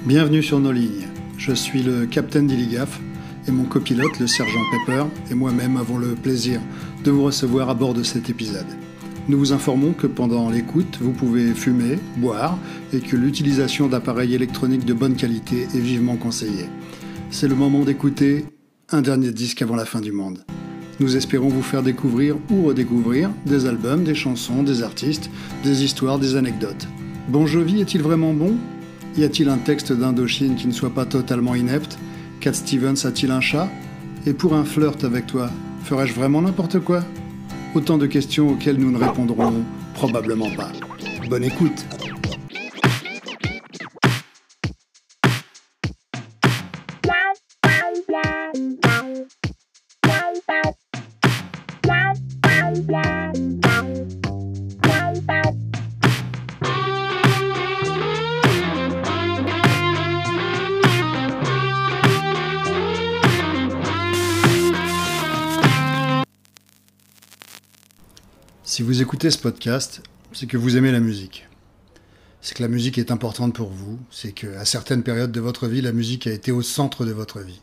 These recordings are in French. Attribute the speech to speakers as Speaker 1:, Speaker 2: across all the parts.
Speaker 1: Bienvenue sur nos lignes. Je suis le capitaine Dilligaf et mon copilote, le sergent Pepper, et moi-même avons le plaisir de vous recevoir à bord de cet épisode. Nous vous informons que pendant l'écoute, vous pouvez fumer, boire et que l'utilisation d'appareils électroniques de bonne qualité est vivement conseillée. C'est le moment d'écouter un dernier disque avant la fin du monde. Nous espérons vous faire découvrir ou redécouvrir des albums, des chansons, des artistes, des histoires, des anecdotes. Bon Jovi est-il vraiment bon ? Y a-t-il un texte d'Indochine qui ne soit pas totalement inepte ? Cat Stevens a-t-il un chat ? Et pour un flirt avec toi, ferais-je vraiment n'importe quoi ? Autant de questions auxquelles nous ne répondrons probablement pas. Bonne écoute ! Si vous écoutez ce podcast, c'est que vous aimez la musique. C'est que la musique est importante pour vous. C'est qu'à certaines périodes de votre vie, la musique a été au centre de votre vie.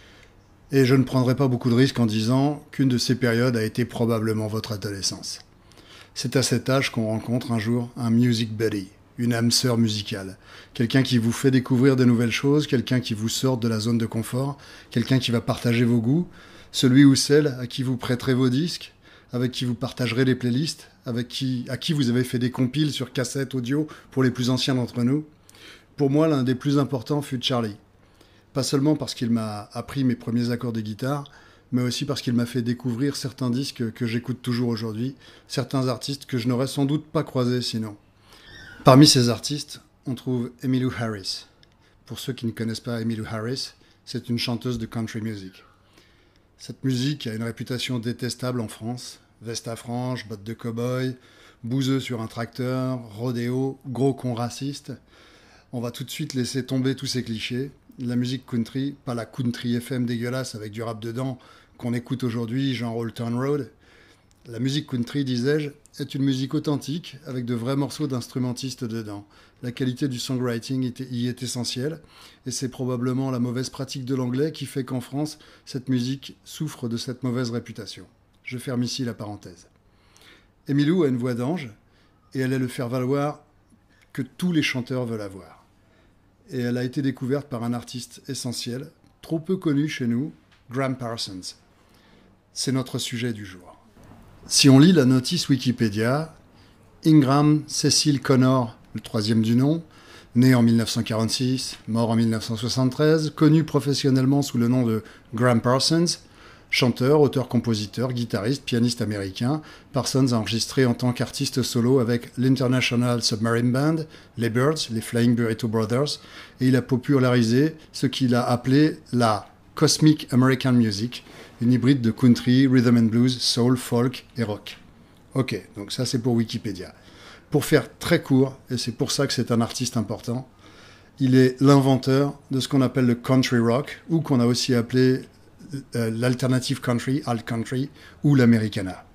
Speaker 1: Et je ne prendrai pas beaucoup de risques en disant qu'une de ces périodes a été probablement votre adolescence. C'est à cet âge qu'on rencontre un jour un music buddy, une âme sœur musicale. Quelqu'un qui vous fait découvrir de nouvelles choses, quelqu'un qui vous sort de la zone de confort, quelqu'un qui va partager vos goûts, celui ou celle à qui vous prêterez vos disques, avec qui vous partagerez les playlists, à qui vous avez fait des compiles sur cassette audio pour les plus anciens d'entre nous. Pour moi, l'un des plus importants fut Charlie. Pas seulement parce qu'il m'a appris mes premiers accords de guitare, mais aussi parce qu'il m'a fait découvrir certains disques que j'écoute toujours aujourd'hui, certains artistes que je n'aurais sans doute pas croisés sinon. Parmi ces artistes, on trouve Emmylou Harris. Pour ceux qui ne connaissent pas Emmylou Harris, c'est une chanteuse de country music. Cette musique a une réputation détestable en France. Veste à franges, bottes de cow-boy, bouseux sur un tracteur, rodéo, gros con raciste. On va tout de suite laisser tomber tous ces clichés. La musique country, pas la country FM dégueulasse avec du rap dedans qu'on écoute aujourd'hui, genre Old Town Road. La musique country, disais-je, est une musique authentique avec de vrais morceaux d'instrumentistes dedans. La qualité du songwriting y est essentielle et c'est probablement la mauvaise pratique de l'anglais qui fait qu'en France, cette musique souffre de cette mauvaise réputation. Je ferme ici la parenthèse. Emmylou a une voix d'ange et elle est le faire-valoir que tous les chanteurs veulent avoir. Et elle a été découverte par un artiste essentiel, trop peu connu chez nous, Gram Parsons. C'est notre sujet du jour. Si on lit la notice Wikipédia, Ingram Cecil Connor, le troisième du nom, né en 1946, mort en 1973, connu professionnellement sous le nom de Gram Parsons, chanteur, auteur-compositeur, guitariste, pianiste américain, Parsons a enregistré en tant qu'artiste solo avec l'International Submarine Band, les Byrds, les Flying Burrito Brothers, et il a popularisé ce qu'il a appelé la Cosmic American Music, une hybride de country, rhythm and blues, soul, folk et rock. Ok, donc ça c'est pour Wikipédia. Pour faire très court, et c'est pour ça que c'est un artiste important, il est l'inventeur de ce qu'on appelle le country rock, ou qu'on a aussi appelé l'alternative country, alt country, ou l'americana.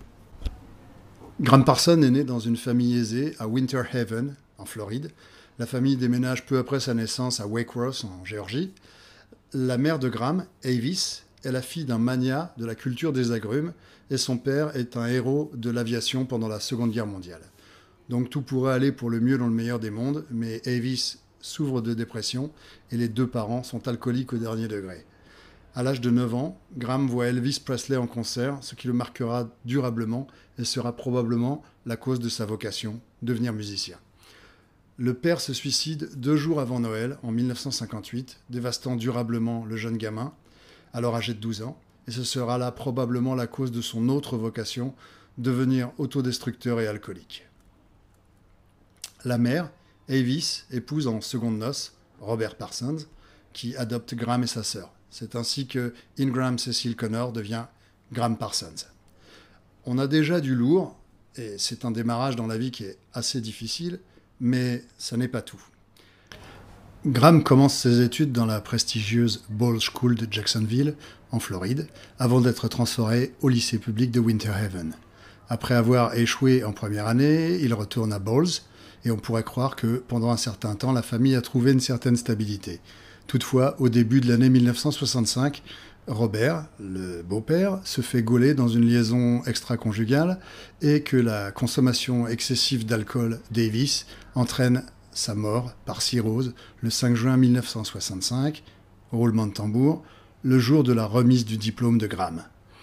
Speaker 1: Gram Parsons est né dans une famille aisée à Winter Haven, en Floride. La famille déménage peu après sa naissance à Waycross, en Géorgie. La mère de Gram, Avis, est la fille d'un magnat de la culture des agrumes, et son père est un héros de l'aviation pendant la Seconde Guerre mondiale. Donc tout pourrait aller pour le mieux dans le meilleur des mondes, mais Avis souffre de dépression, et les deux parents sont alcooliques au dernier degré. À l'âge de 9 ans, Gram voit Elvis Presley en concert, ce qui le marquera durablement et sera probablement la cause de sa vocation, devenir musicien. Le père se suicide 2 jours avant Noël, en 1958, dévastant durablement le jeune gamin, alors âgé de 12 ans, et ce sera là probablement la cause de son autre vocation, devenir autodestructeur et alcoolique. La mère, Avis, épouse en secondes noces Robert Parsons, qui adopte Gram et sa sœur. C'est ainsi que Ingram Cecil Connor devient Gram Parsons. On a déjà du lourd, et c'est un démarrage dans la vie qui est assez difficile, mais ça n'est pas tout. Gram commence ses études dans la prestigieuse Ball School de Jacksonville, en Floride, avant d'être transféré au lycée public de Winter Haven. Après avoir échoué en première année, il retourne à Balls et on pourrait croire que pendant un certain temps, la famille a trouvé une certaine stabilité. Toutefois, au début de l'année 1965, Robert, le beau-père, se fait gauler dans une liaison extra-conjugale et que la consommation excessive d'alcool Davis entraîne sa mort par cirrhose le 5 juin 1965, roulement de tambour, le jour de la remise du diplôme de Graham.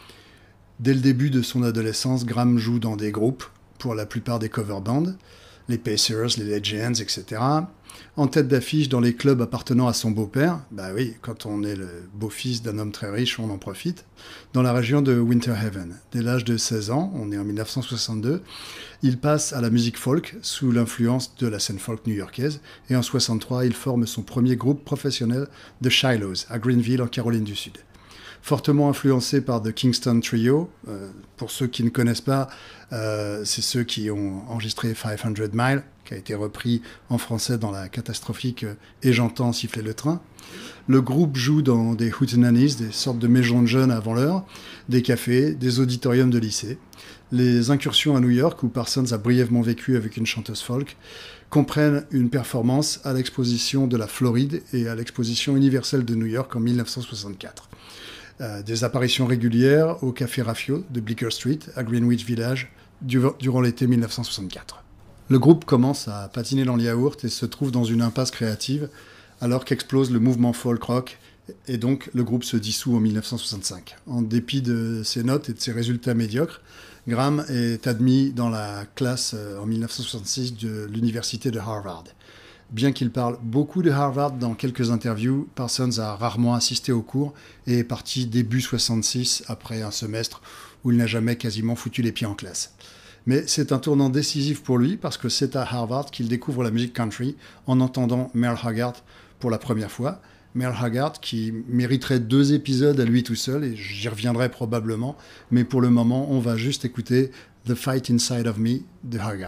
Speaker 1: Dès le début de son adolescence, Graham joue dans des groupes, pour la plupart des cover bands, les Pacers, les Legends, etc. En tête d'affiche dans les clubs appartenant à son beau-père, bah oui, quand on est le beau-fils d'un homme très riche, on en profite, dans la région de Winter Haven. Dès l'âge de 16 ans, on est en 1962, il passe à la musique folk sous l'influence de la scène folk new-yorkaise et en 1963, il forme son premier groupe professionnel de Shiloh's à Greenville en Caroline du Sud. Fortement influencé par The Kingston Trio. Pour ceux qui ne connaissent pas, c'est ceux qui ont enregistré 500 Miles, qui a été repris en français dans la catastrophique Et j'entends siffler le train. Le groupe joue dans des hootenannies, des sortes de maisons de jeunes avant l'heure, des cafés, des auditoriums de lycée. Les incursions à New York, où Parsons a brièvement vécu avec une chanteuse folk, comprennent une performance à l'exposition de la Floride et à l'exposition universelle de New York en 1964. Des apparitions régulières au Café Raffio de Bleecker Street à Greenwich Village durant l'été 1964. Le groupe commence à patiner dans le yaourt et se trouve dans une impasse créative alors qu'explose le mouvement folk rock et donc le groupe se dissout en 1965. En dépit de ses notes et de ses résultats médiocres, Graham est admis dans la classe en 1966 de l'université de Harvard. Bien qu'il parle beaucoup de Harvard dans quelques interviews, Parsons a rarement assisté aux cours et est parti début 66 après un semestre où il n'a jamais quasiment foutu les pieds en classe. Mais c'est un tournant décisif pour lui parce que c'est à Harvard qu'il découvre la musique country en entendant Merle Haggard pour la première fois. Merle Haggard qui mériterait 2 épisodes à lui tout seul et j'y reviendrai probablement, mais pour le moment on va juste écouter The Fight Inside of Me de Haggard.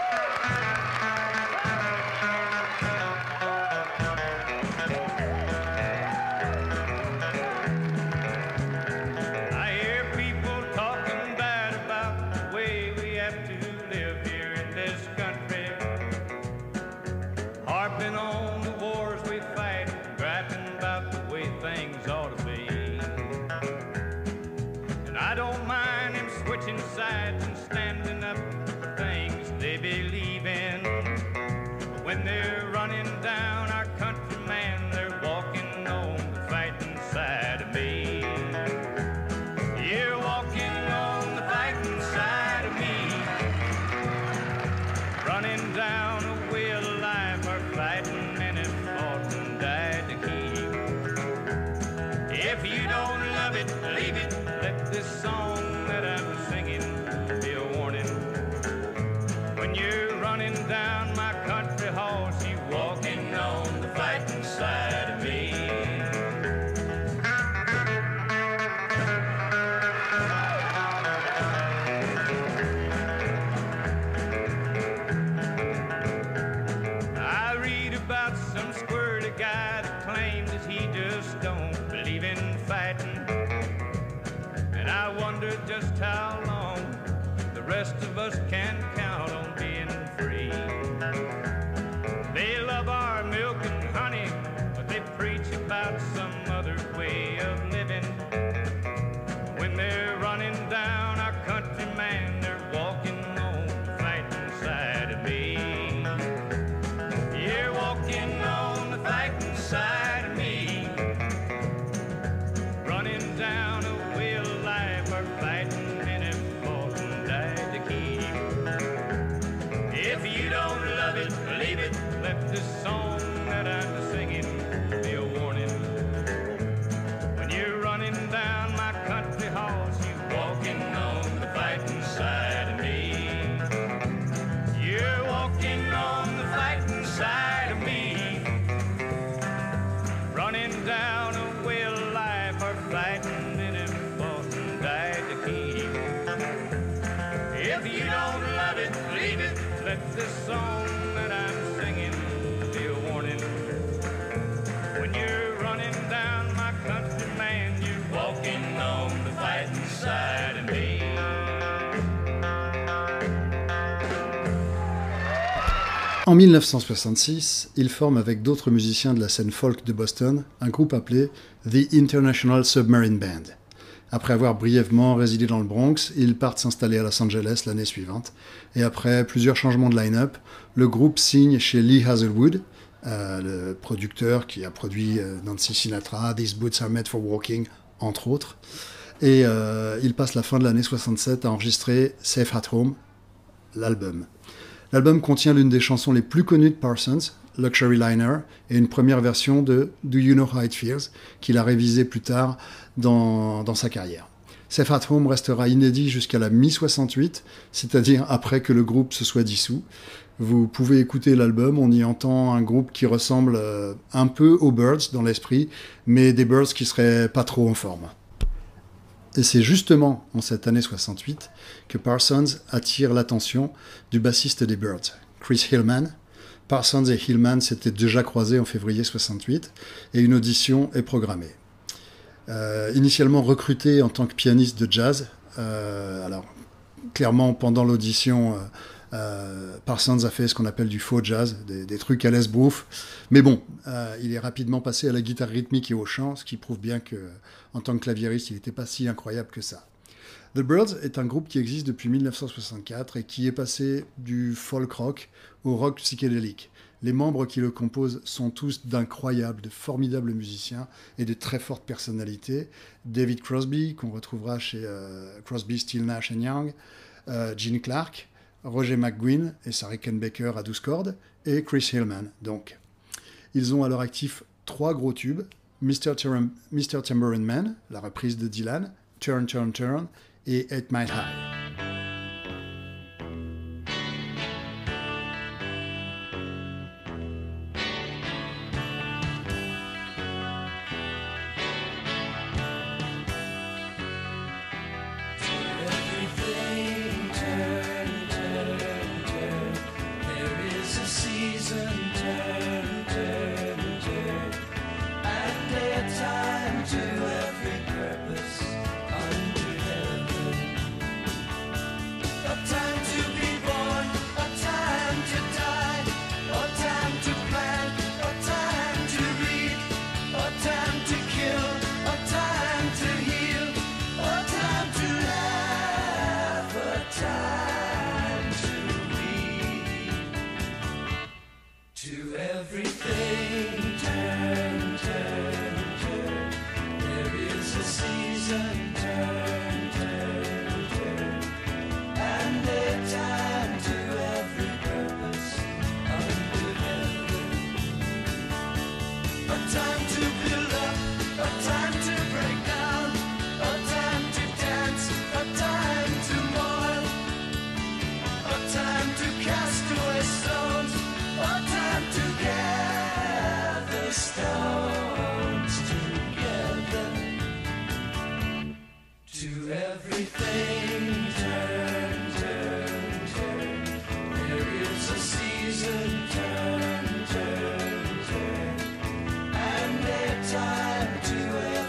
Speaker 2: Just how long the rest of us can count on being free. They love our milk and honey, but they preach about some other way of living. When they're running down our country, man, they're walking on the fighting side of me. You're walking on the fighting side of me, running down a way of life, or fighting men have fought and died to keep. If you don't love it, leave it. Let this song that I'm singing be a warning. When you're running down my country horse, you're walking on the fighting side of me. You're walking on the fighting side of me, running down a way of life, or fighting men have fought and died to keep. If you don't love it, leave it. Let this song that I'm singing be a warning. When you're running down my country, man, you're walking on the fighting side of me.
Speaker 1: En 1966, il forme avec d'autres musiciens de la scène folk de Boston un groupe appelé The International Submarine Band. Après avoir brièvement résidé dans le Bronx, ils partent s'installer à Los Angeles l'année suivante. Et après plusieurs changements de line-up, le groupe signe chez Lee Hazelwood, le producteur qui a produit Nancy Sinatra, These Boots Are Made for Walking, entre autres. Et il passe la fin de l'année 67 à enregistrer Safe at Home, l'album. L'album contient l'une des chansons les plus connues de Parsons, Luxury Liner, et une première version de Do You Know How It Feels, qu'il a révisé plus tard dans sa carrière. Safe at Home restera inédit jusqu'à la mi-68, c'est-à-dire après que le groupe se soit dissous. Vous pouvez écouter l'album, on y entend un groupe qui ressemble un peu aux Byrds dans l'esprit, mais des Byrds qui seraient pas trop en forme. Et c'est justement en cette année 68 que Parsons attire l'attention du bassiste des Byrds, Chris Hillman. Parsons et Hillman s'étaient déjà croisés en février 68 et une audition est programmée. Initialement recruté en tant que pianiste de jazz, alors clairement pendant l'audition, Parsons a fait ce qu'on appelle du faux jazz, des trucs à l'esbrouf, mais bon, il est rapidement passé à la guitare rythmique et au chant, ce qui prouve bien qu'en tant que claviériste, il n'était pas si incroyable que ça. The Byrds est un groupe qui existe depuis 1964 et qui est passé du folk rock au rock psychédélique. Les membres qui le composent sont tous d'incroyables, de formidables musiciens et de très fortes personnalités. David Crosby, qu'on retrouvera chez Crosby, Still, Nash & Young, Gene Clark, Roger McGuinn et Sarah Rickenbacker à 12 cordes, et Chris Hillman, donc. Ils ont à leur actif 3 gros tubes, Mr. Tambourine Man, la reprise de Dylan, Turn, Turn, Turn, et 8 Mile High.
Speaker 3: Time to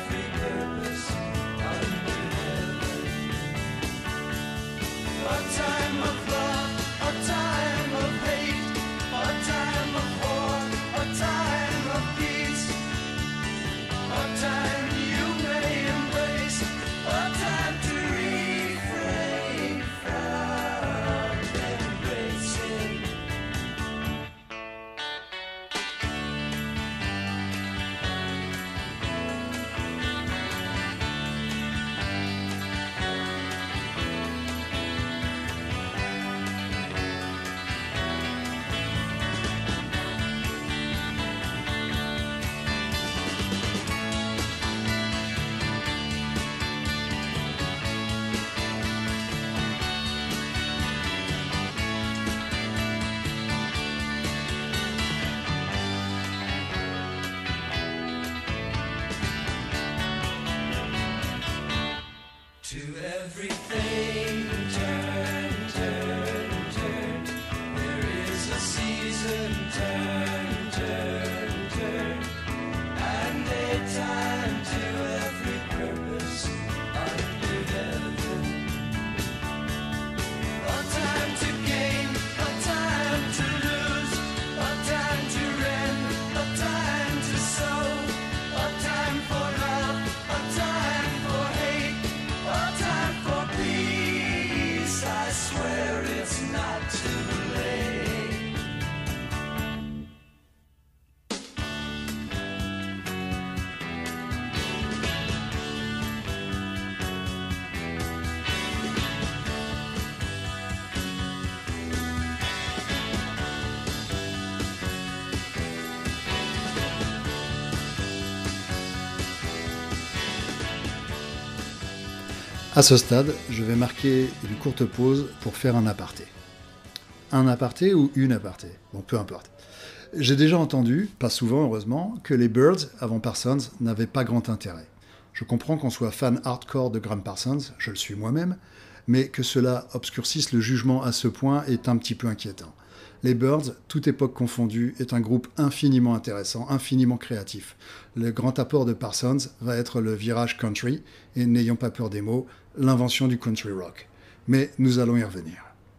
Speaker 1: À ce stade, je vais marquer une courte pause pour faire un aparté. Un aparté ou une aparté? Bon, peu importe. J'ai déjà entendu, pas souvent heureusement, que les Byrds, avant Parsons, n'avaient pas grand intérêt. Je comprends qu'on soit fan hardcore de Gram Parsons, je le suis moi-même, mais que cela obscurcisse le jugement à ce point est un petit peu inquiétant. Les Byrds, toute époque confondue, est un groupe infiniment intéressant, infiniment créatif. Le grand apport de Parsons va être le virage country, et n'ayons pas peur des mots, l'invention du country rock. Mais nous allons y revenir.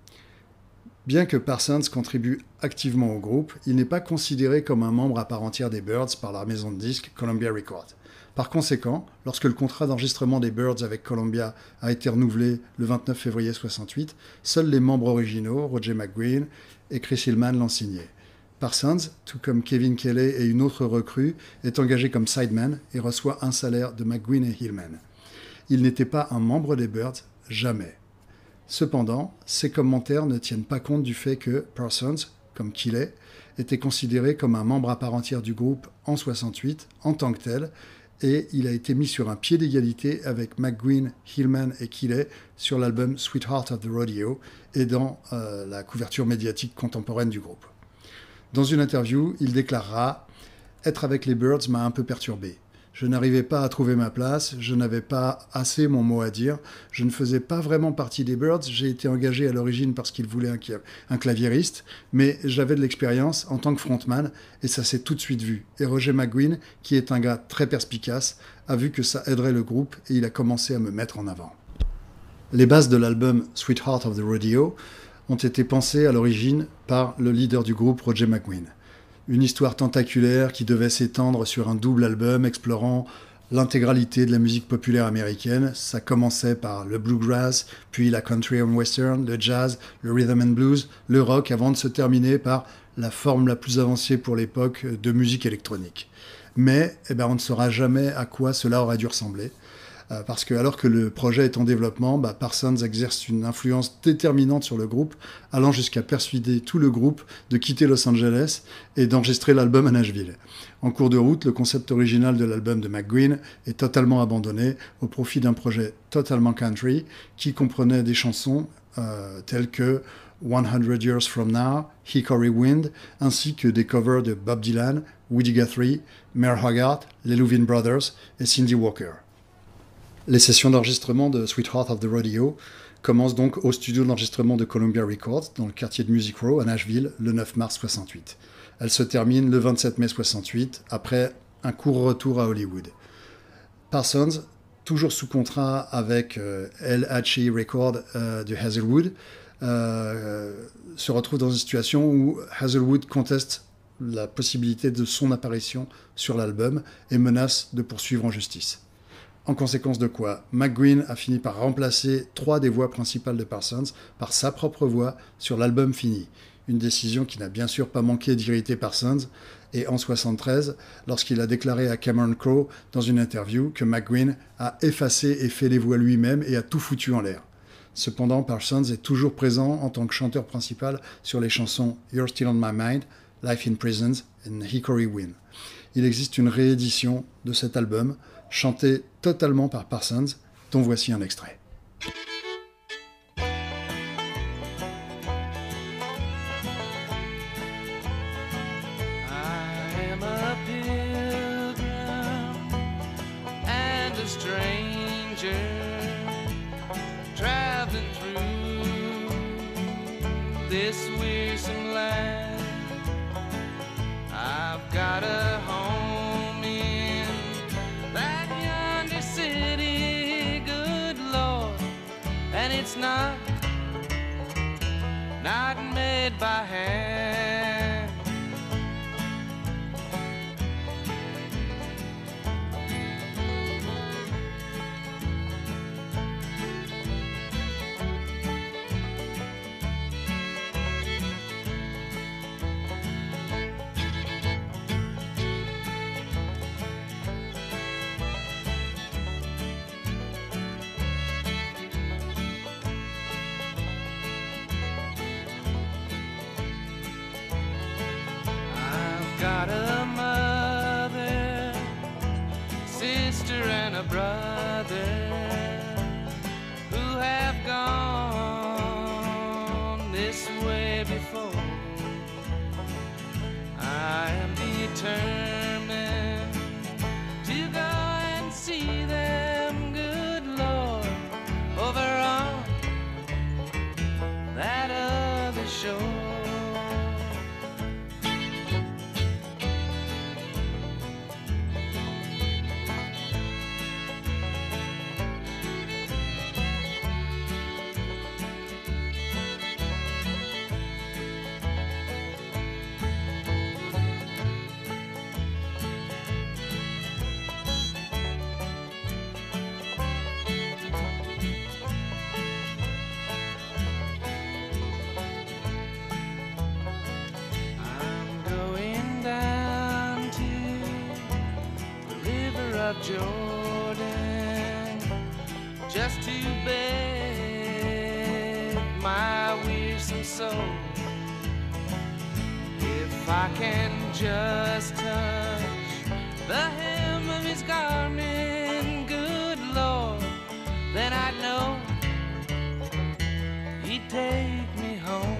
Speaker 1: Bien que Parsons contribue activement au groupe, il n'est pas considéré comme un membre à part entière des Byrds par la maison de disques Columbia Records. Par conséquent, lorsque le contrat d'enregistrement des Byrds avec Columbia a été renouvelé le 29 février 1968, seuls les membres originaux, Roger McGuinn et Chris Hillman, l'ont signé. Parsons, tout comme Kevin Kelly et une autre recrue, est engagé comme sideman et reçoit un salaire de McGuinn et Hillman. Il n'était pas un membre des Byrds, jamais. Cependant, ces commentaires ne tiennent pas compte du fait que Parsons, comme Keeley, était considéré comme un membre à part entière du groupe en 1968, en tant que tel, et il a été mis sur un pied d'égalité avec McGuinn, Hillman et Keeley sur l'album Sweetheart of the Rodeo et dans la couverture médiatique contemporaine du groupe. Dans une interview, il déclarera « Être avec les Byrds m'a un peu perturbé. Je n'arrivais pas à trouver ma place, je n'avais pas assez mon mot à dire, je ne faisais pas vraiment partie des Byrds, j'ai été engagé à l'origine parce qu'ils voulaient un claviériste, mais j'avais de l'expérience en tant que frontman et ça s'est tout de suite vu. Et Roger McGuinn, qui est un gars très perspicace, a vu que ça aiderait le groupe et il a commencé à me mettre en avant. » Les bases de l'album Sweetheart of the Rodeo ont été pensées à l'origine par le leader du groupe, Roger McGuinn. Une histoire tentaculaire qui devait s'étendre sur un double album explorant l'intégralité de la musique populaire américaine. Ça commençait par le bluegrass, puis la country and western, le jazz, le rhythm and blues, le rock, avant de se terminer par la forme la plus avancée pour l'époque de musique électronique. Mais on ne saura jamais à quoi cela aurait dû ressembler. Parce que alors que le projet est en développement, Parsons exerce une influence déterminante sur le groupe, allant jusqu'à persuader tout le groupe de quitter Los Angeles et d'enregistrer l'album à Nashville. En cours de route, le concept original de l'album de McGuinn est totalement abandonné au profit d'un projet totalement country qui comprenait des chansons telles que 100 Years From Now, Hickory Wind, ainsi que des covers de Bob Dylan, Woody Guthrie, Merle Haggard, les Louvin Brothers et Cindy Walker. Les sessions d'enregistrement de Sweetheart of the Rodeo commencent donc au studio d'enregistrement de Columbia Records, dans le quartier de Music Row, à Nashville, le 9 mars 1968. Elles se terminent le 27 mai 1968, après un court retour à Hollywood. Parsons, toujours sous contrat avec LHE Records de Hazelwood, se retrouve dans une situation où Hazelwood conteste la possibilité de son apparition sur l'album et menace de poursuivre en justice. En conséquence de quoi, McGuinn a fini par remplacer 3 des voix principales de Parsons par sa propre voix sur l'album fini. Une décision qui n'a bien sûr pas manqué d'irriter Parsons, et en 1973, lorsqu'il a déclaré à Cameron Crowe dans une interview que McGuinn a effacé et fait les voix lui-même et a tout foutu en l'air. Cependant, Parsons est toujours présent en tant que chanteur principal sur les chansons You're Still on My Mind, Life in Prisons et Hickory Wind. Il existe une réédition de cet album, chanté totalement par Parsons, dont voici un extrait.
Speaker 2: It's not made by hand. Got a mother, sister and a brother. of Jordan, just to beg my wearisome soul. If I can just touch the hem of his garment, good Lord, then I know he'd take me home.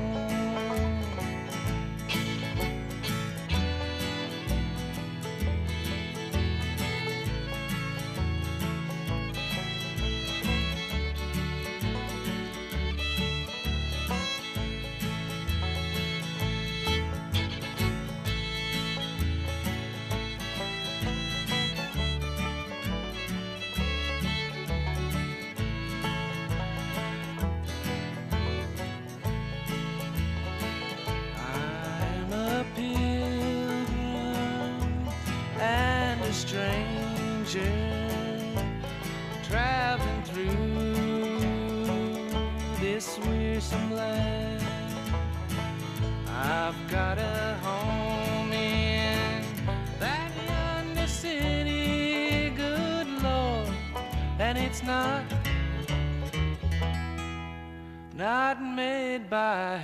Speaker 2: Stranger traveling through this wearisome land. I've got a home in that yonder city, good Lord, and it's not made by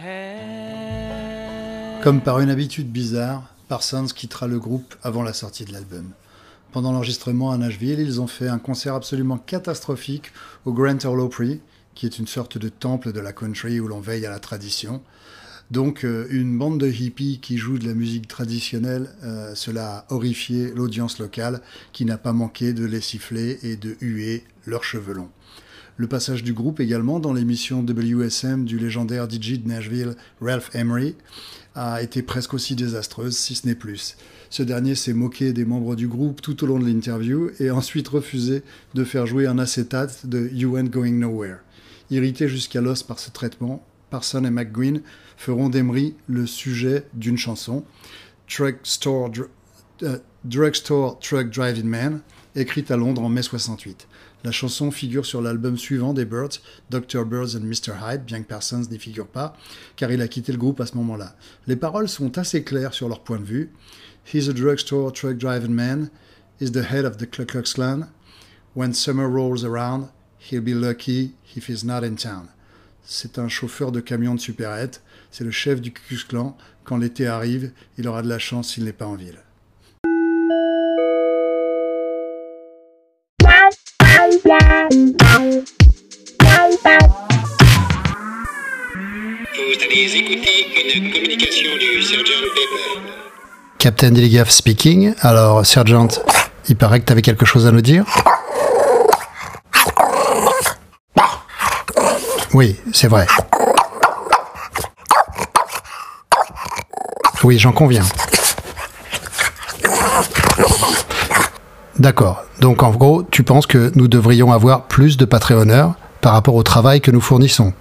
Speaker 2: hand.
Speaker 1: Comme par une habitude bizarre, Parsons quittera le groupe avant la sortie de l'album. Pendant l'enregistrement à Nashville, ils ont fait un concert absolument catastrophique au Grand Ole Opry, qui est une sorte de temple de la country où l'on veille à la tradition. Donc une bande de hippies qui joue de la musique traditionnelle, cela a horrifié l'audience locale qui n'a pas manqué de les siffler et de huer leurs cheveux longs. Le passage du groupe également dans l'émission WSM du légendaire DJ de Nashville, Ralph Emery, a été presque aussi désastreuse, si ce n'est plus. Ce dernier s'est moqué des membres du groupe tout au long de l'interview et a ensuite refusé de faire jouer un acétate de You Ain't Going Nowhere. Irrités jusqu'à l'os par ce traitement, Parsons et McGuinn feront d'Emery le sujet d'une chanson, Drugstore Truck Driving Man, écrite à Londres en mai 68. La chanson figure sur l'album suivant des Byrds, Dr. Byrds and Mr. Hyde, bien que Parsons n'y figure pas, car il a quitté le groupe à ce moment-là. Les paroles sont assez claires sur leur point de vue. He's a drugstore truck driving man, he's the head of the Ku Klux Klan. When summer rolls around, he'll be lucky if he's not in town. C'est un chauffeur de camion de supérette, c'est le chef du Ku Klux Klan. Quand l'été arrive, il aura de la chance s'il n'est pas en ville.
Speaker 3: Vous allez écouter une communication du Sergeant Pepper.
Speaker 1: Captain Dilligaff speaking. Alors, Sergeant, il paraît que tu avais quelque chose à nous dire. Oui, c'est vrai. Oui, j'en conviens. D'accord. Donc, en gros, tu penses que nous devrions avoir plus de Patreonneurs par rapport au travail que nous fournissons?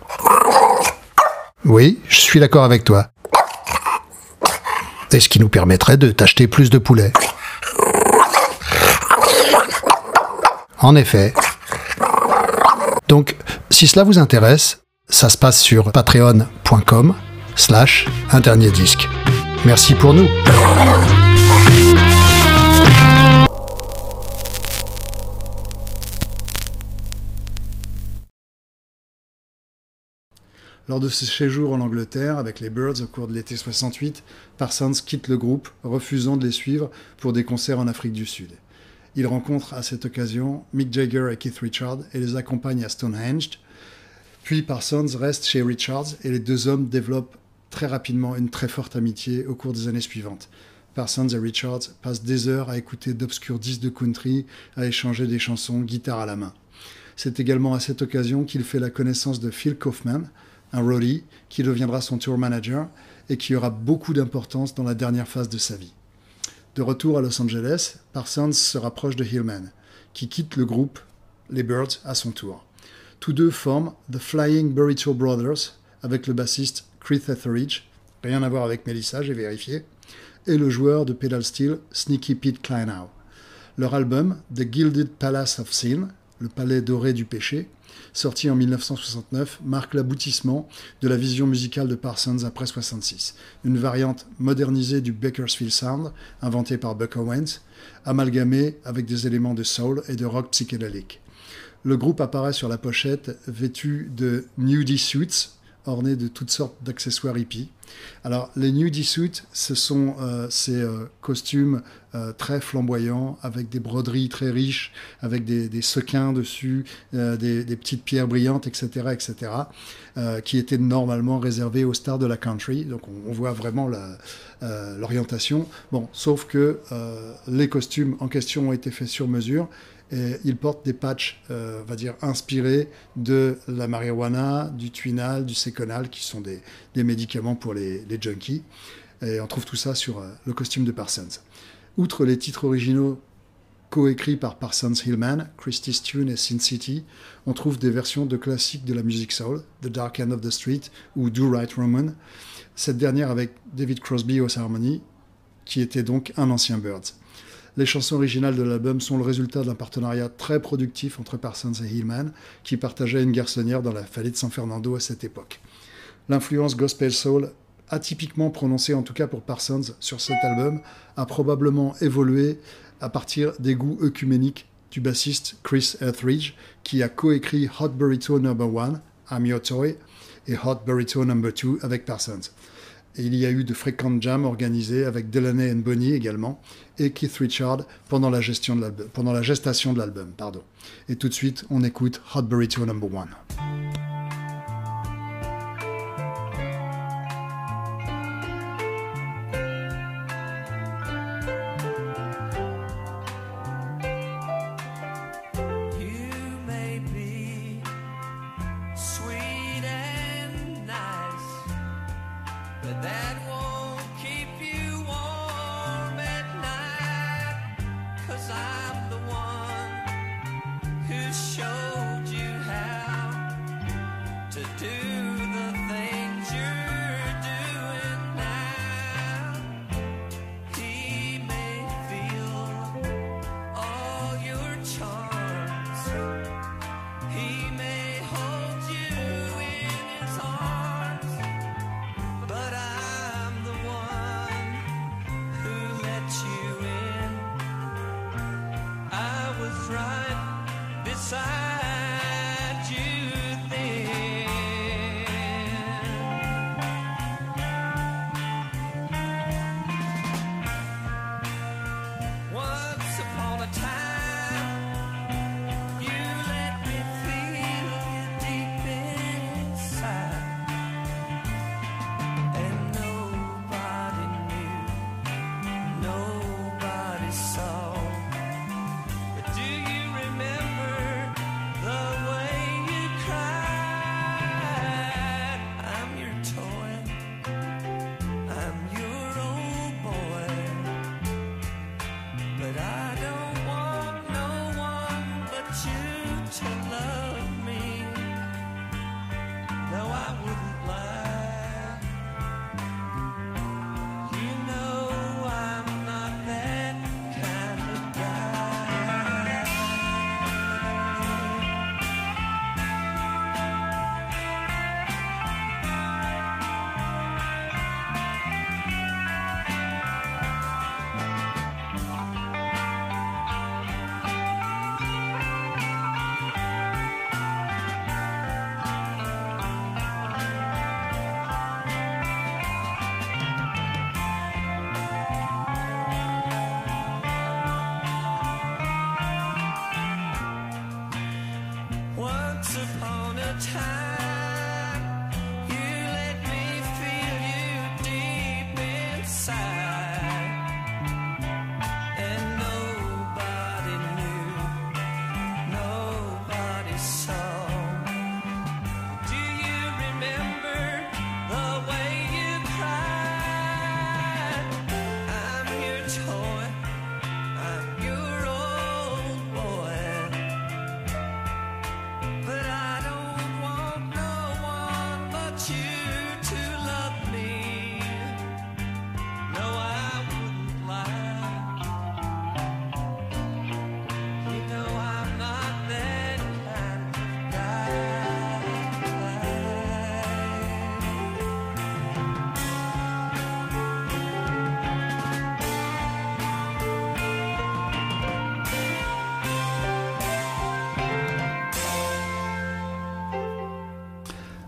Speaker 1: Oui, je suis d'accord avec toi. Et ce qui nous permettrait de t'acheter plus de poulets. En effet. Donc, si cela vous intéresse, ça se passe sur patreon.com/un dernier disque. Merci pour nous. Lors de ce séjour en Angleterre avec les Byrds au cours de l'été 68, Parsons quitte le groupe, refusant de les suivre pour des concerts en Afrique du Sud. Il rencontre à cette occasion Mick Jagger et Keith Richards et les accompagne à Stonehenge. Puis Parsons reste chez Richards et les deux hommes développent très rapidement une très forte amitié au cours des années suivantes. Parsons et Richards passent des heures à écouter d'obscurs disques de country, à échanger des chansons, guitare à la main. C'est également à cette occasion qu'il fait la connaissance de Phil Kaufman, un roadie qui deviendra son tour manager et qui aura beaucoup d'importance dans la dernière phase de sa vie. De retour à Los Angeles, Parsons se rapproche de Hillman, qui quitte le groupe, les Byrds, à son tour. Tous deux forment The Flying Burrito Brothers avec le bassiste Chris Etheridge, rien à voir avec Melissa, j'ai vérifié, et le joueur de pedal steel Sneaky Pete Kleinow. Leur album, The Gilded Palace of Sin, Le Palais doré du péché, sorti en 1969, marque l'aboutissement de la vision musicale de Parsons après 1966. Une variante modernisée du Bakersfield Sound, inventée par Buck Owens, amalgamée avec des éléments de soul et de rock psychédélique. Le groupe apparaît sur la pochette vêtu de nudie suits, ornés de toutes sortes d'accessoires hippies. Alors, les nudie suits, ce sont ces costumes très flamboyants, avec des broderies très riches, avec des sequins dessus, des petites pierres brillantes, etc., qui étaient normalement réservés aux stars de la country. Donc, on voit vraiment l'orientation. Bon, sauf que les costumes en question ont été faits sur mesure. Et ils portent des patchs, on va dire, inspirés de la marijuana, du Tuinal, du Seconal, qui sont des médicaments pour les junkies. Et on trouve tout ça sur le costume de Parsons. Outre les titres originaux coécrits par Parsons Hillman, Christie's Tune et Sin City, on trouve des versions de classiques de la musique soul, The Dark End of the Street ou Do Right Woman, cette dernière avec David Crosby aux harmonies, qui était donc un ancien Byrds. Les chansons originales de l'album sont le résultat d'un partenariat très productif entre Parsons et Hillman, qui partageaient une garçonnière dans la vallée de San Fernando à cette époque. L'influence gospel soul, atypiquement prononcée en tout cas pour Parsons sur cet album, a probablement évolué à partir des goûts œcuméniques du bassiste Chris Etheridge, qui a coécrit Hot Burrito No. 1, I'm Your Toy, et Hot Burrito No. 2 avec Parsons. Et il y a eu de fréquentes jams organisées avec Delaney and Bonnie également, et Keith Richards pendant la gestation de l'album. Et tout de suite, on écoute Hot Burrito No. 1.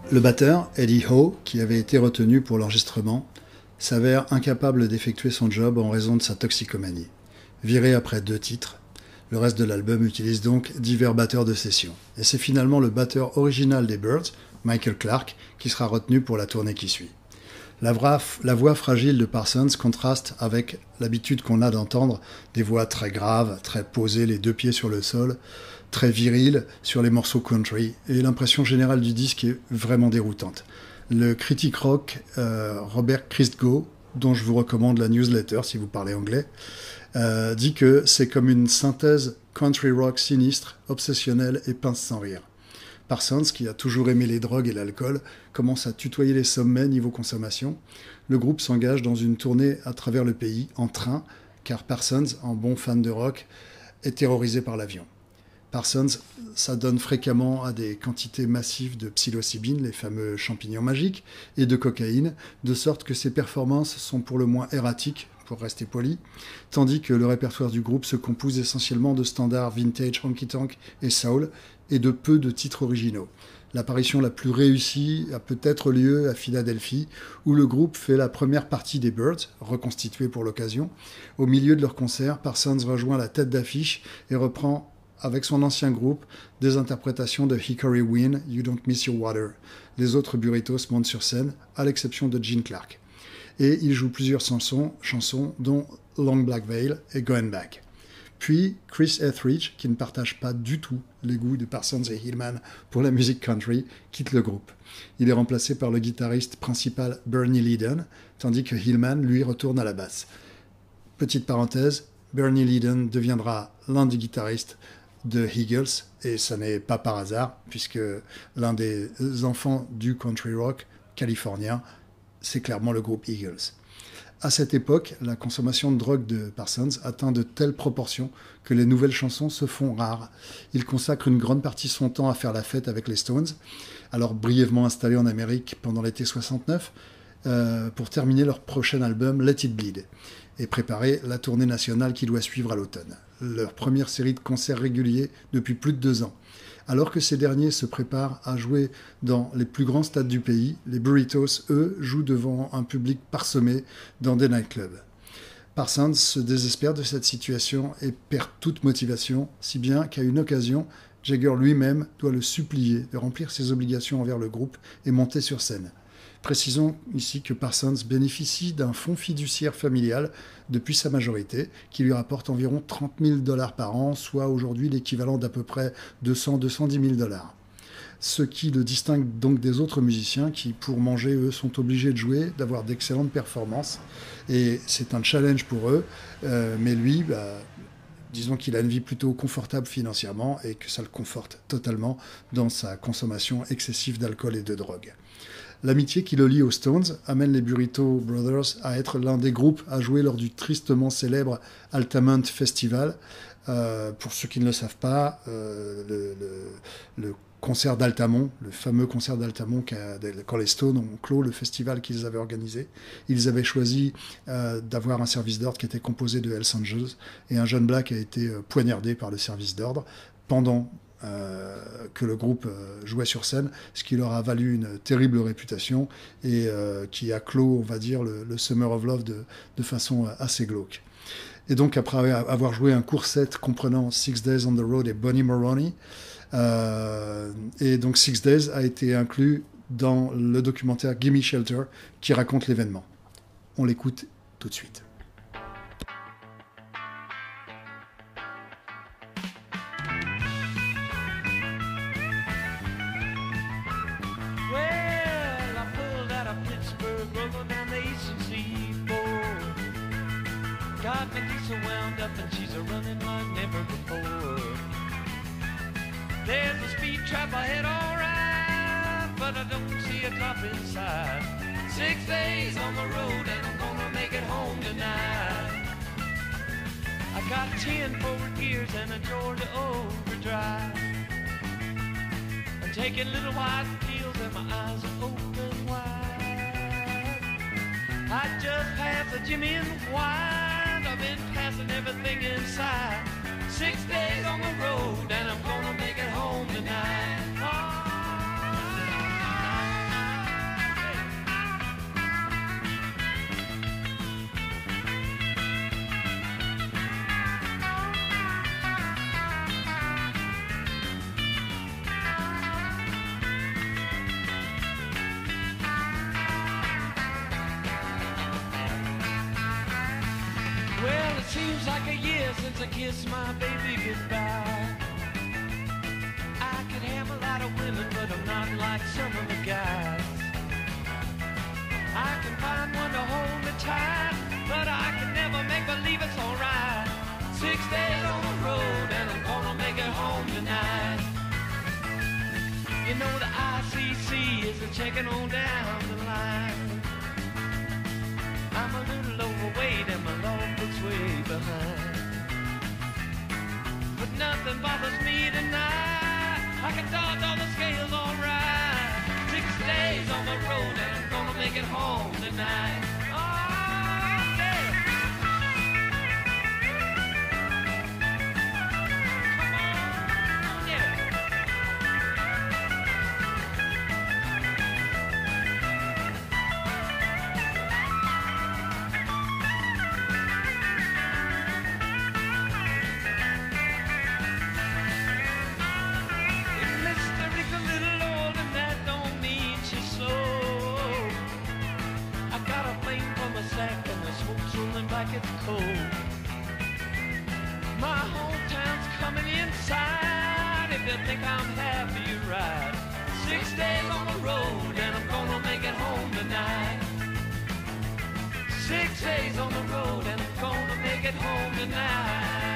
Speaker 1: Le batteur, Eddie Howe, qui avait été retenu pour l'enregistrement, s'avère incapable d'effectuer son job en raison de sa toxicomanie. Viré après 2 titres, le reste de l'album utilise donc divers batteurs de session. Et c'est finalement le batteur original des Byrds, Michael Clarke, qui sera retenu pour la tournée qui suit. La voix fragile de Parsons contraste avec l'habitude qu'on a d'entendre des voix très graves, très posées, les 2 pieds sur le sol, très viriles sur les morceaux country, et l'impression générale du disque est vraiment déroutante. Le critique rock Robert Christgau, dont je vous recommande la newsletter si vous parlez anglais, dit que c'est comme une synthèse country rock sinistre, obsessionnelle et pince sans rire. Parsons, qui a toujours aimé les drogues et l'alcool, commence à tutoyer les sommets niveau consommation. Le groupe s'engage dans une tournée à travers le pays, en train, car Parsons, en bon fan de rock, est terrorisé par l'avion. Parsons s'adonne fréquemment à des quantités massives de psilocybine, les fameux champignons magiques, et de cocaïne, de sorte que ses performances sont pour le moins erratiques, pour rester poli, tandis que le répertoire du groupe se compose essentiellement de standards vintage honky-tonk et soul, et de peu de titres originaux. L'apparition la plus réussie a peut-être lieu à Philadelphie, où le groupe fait la première partie des Byrds, reconstituée pour l'occasion. Au milieu de leur concert, Parsons rejoint la tête d'affiche et reprend, avec son ancien groupe, des interprétations de Hickory Win, You Don't Miss Your Water. Les autres burritos montent sur scène, à l'exception de Gene Clark. Et il joue plusieurs chansons dont Long Black Veil et Going Back. Puis Chris Etheridge, qui ne partage pas du tout les goûts de Parsons et Hillman pour la musique country, quitte le groupe. Il est remplacé par le guitariste principal Bernie Leadon, tandis que Hillman, lui, retourne à la basse. Petite parenthèse, Bernie Leadon deviendra l'un des guitaristes de Eagles, et ça n'est pas par hasard, puisque l'un des enfants du country rock californien, c'est clairement le groupe Eagles. À cette époque, la consommation de drogue de Parsons atteint de telles proportions que les nouvelles chansons se font rares. Il consacre une grande partie de son temps à faire la fête avec les Stones, alors brièvement installés en Amérique pendant l'été 69, pour terminer leur prochain album Let It Bleed, et préparer la tournée nationale qui doit suivre à l'automne. Leur première série de concerts réguliers depuis plus de 2 ans. Alors que ces derniers se préparent à jouer dans les plus grands stades du pays, les Burritos, eux, jouent devant un public parsemé dans des nightclubs. Parsons se désespère de cette situation et perd toute motivation, si bien qu'à une occasion, Jagger lui-même doit le supplier de remplir ses obligations envers le groupe et monter sur scène. Précisons ici que Parsons bénéficie d'un fonds fiduciaire familial depuis sa majorité, qui lui rapporte environ $30,000 par an, soit aujourd'hui l'équivalent d'à peu près 200-210 000 $. Ce qui le distingue donc des autres musiciens qui, pour manger, eux, sont obligés de jouer, d'avoir d'excellentes performances. Et c'est un challenge pour eux, mais lui, disons qu'il a une vie plutôt confortable financièrement et que ça le conforte totalement dans sa consommation excessive d'alcool et de drogue. L'amitié qui le lie aux Stones amène les Burrito Brothers à être l'un des groupes à jouer lors du tristement célèbre Altamont Festival. Pour ceux qui ne le savent pas, le concert d'Altamont, le fameux concert d'Altamont quand les Stones ont clos le festival qu'ils avaient organisé, ils avaient choisi d'avoir un service d'ordre qui était composé de Hells Angels, et un jeune black a été poignardé par le service d'ordre pendant que le groupe jouait sur scène, ce qui leur a valu une terrible réputation et qui a clos, on va dire, le Summer of Love de façon assez glauque. Et donc, après avoir joué un court set comprenant 6 Days on the Road et Bonnie Maroney, et donc 6 Days a été inclus dans le documentaire Gimme Shelter qui raconte l'événement. On l'écoute tout de suite.
Speaker 2: Got Medusa wound up and she's a-running like never before. There's a speed trap ahead, alright, but I don't see a cop inside. 6 days on the road and I'm gonna make it home tonight. I got 10 forward gears and a Georgia overdrive. I'm taking little white pills and my eyes are open wide. I just passed a Jimmy in White. I've been passing everything inside. 6 days on the road and I'm gonna make it home tonight. Oh. seems like a year since I kissed my baby goodbye. I could have a lot of women, but I'm not like some of the guys. I can find one to hold me tight, but I can never make believe it's alright. 6 days on the road and I'm gonna make it home tonight. You know the ICC is checking on down the line. I'm a little overweight and my logbook's way behind. But nothing bothers me tonight. I can dodge all the scales alright. 6 days on the road and I'm gonna make it home tonight. Oh, yeah. Come on, yeah. Mystery's a little old and that don't mean she's slow. I got a flame from a sack and the smoke's rolling back, it's cold. My hometown's coming inside. If you think I'm happy, you're right. 6 days on the road and I'm gonna make it home tonight. 6 days on the road and I'm gonna make it home tonight.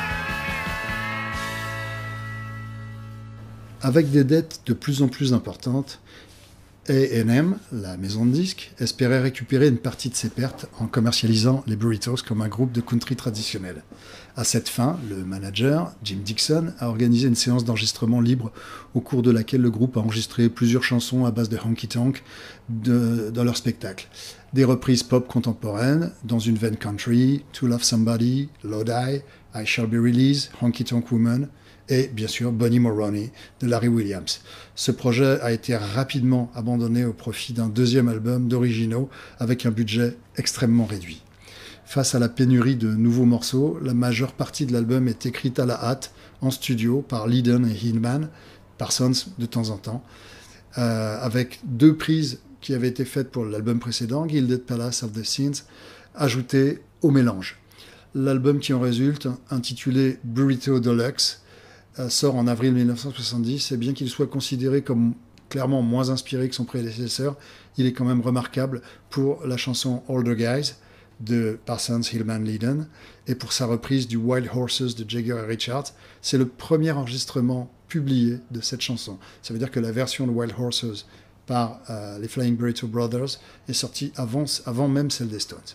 Speaker 1: Avec des dettes de plus en plus importantes, A&M, la maison de disques, espérait récupérer une partie de ses pertes en commercialisant les Burritos comme un groupe de country traditionnel. À cette fin, le manager, Jim Dixon, a organisé une séance d'enregistrement libre au cours de laquelle le groupe a enregistré plusieurs chansons à base de honky-tonk dans leur spectacle. Des reprises pop contemporaines dans une veine country, To Love Somebody, Lodi, I Shall Be Released, Honky Tonk Woman, et bien sûr Bonnie Moroney de Larry Williams. Ce projet a été rapidement abandonné au profit d'un deuxième album d'originaux avec un budget extrêmement réduit. Face à la pénurie de nouveaux morceaux, la majeure partie de l'album est écrite à la hâte, en studio, par Lydon et Hillman, Parsons de temps en temps, avec 2 prises qui avaient été faites pour l'album précédent, Gilded Palace of the Sins, ajoutées au mélange. L'album qui en résulte, intitulé Burrito Deluxe, sort en avril 1970, et bien qu'il soit considéré comme clairement moins inspiré que son prédécesseur, il est quand même remarquable pour la chanson Older Guys de Parsons, Hillman, Lydon, et pour sa reprise du Wild Horses de Jagger et Richards. C'est le premier enregistrement publié de cette chanson. Ça veut dire que la version de Wild Horses par les Flying Burrito Brothers est sortie avant même celle des Stones.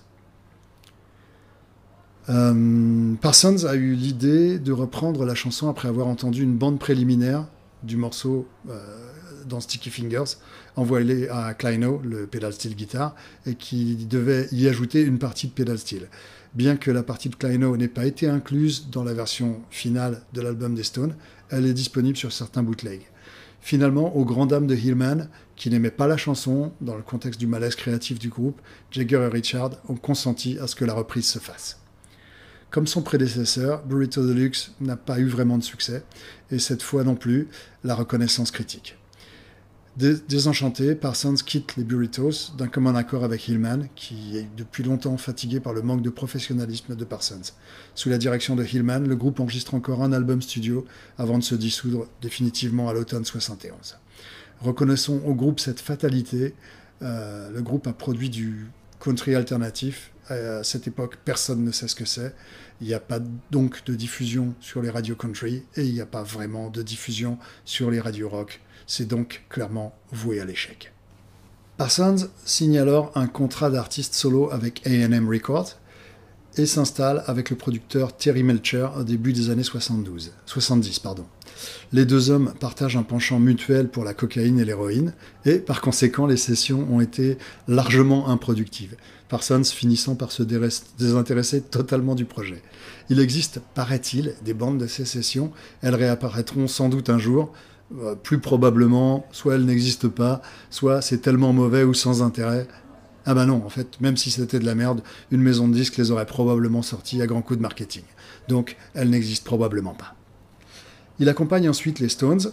Speaker 1: Parsons a eu l'idée de reprendre la chanson après avoir entendu une bande préliminaire du morceau dans Sticky Fingers, envoyé à Kleino, le pedal steel guitare, et qui devait y ajouter une partie de pedal steel. Bien que la partie de Kleino n'ait pas été incluse dans la version finale de l'album des Stones, elle est disponible sur certains bootlegs. Finalement, aux grandes dames de Hillman, qui n'aimaient pas la chanson, dans le contexte du malaise créatif du groupe, Jagger et Richards ont consenti à ce que la reprise se fasse. Comme son prédécesseur, Burrito Deluxe n'a pas eu vraiment de succès, et cette fois non plus, la reconnaissance critique. Désenchanté, Parsons quitte les Burritos d'un commun accord avec Hillman, qui est depuis longtemps fatigué par le manque de professionnalisme de Parsons. Sous la direction de Hillman, le groupe enregistre encore un album studio avant de se dissoudre définitivement à l'automne 71. Reconnaissons au groupe cette fatalité, le groupe a produit du country alternatif. À cette époque, personne ne sait ce que c'est. Il n'y a pas donc de diffusion sur les radios country et il n'y a pas vraiment de diffusion sur les radios rock. C'est donc clairement voué à l'échec. Parsons signe alors un contrat d'artiste solo avec A&M Records et s'installe avec le producteur Terry Melcher au début des années 70. Les deux hommes partagent un penchant mutuel pour la cocaïne et l'héroïne, et par conséquent les sessions ont été largement improductives, Parsons finissant par se désintéresser totalement du projet. Il existe, paraît-il, des bandes de ces sessions, elles réapparaîtront sans doute un jour, plus probablement, soit elles n'existent pas, soit c'est tellement mauvais ou sans intérêt. Ah bah non, en fait, même si c'était de la merde, une maison de disques les aurait probablement sorties à grands coups de marketing. Donc, elles n'existent probablement pas. Il accompagne ensuite les Stones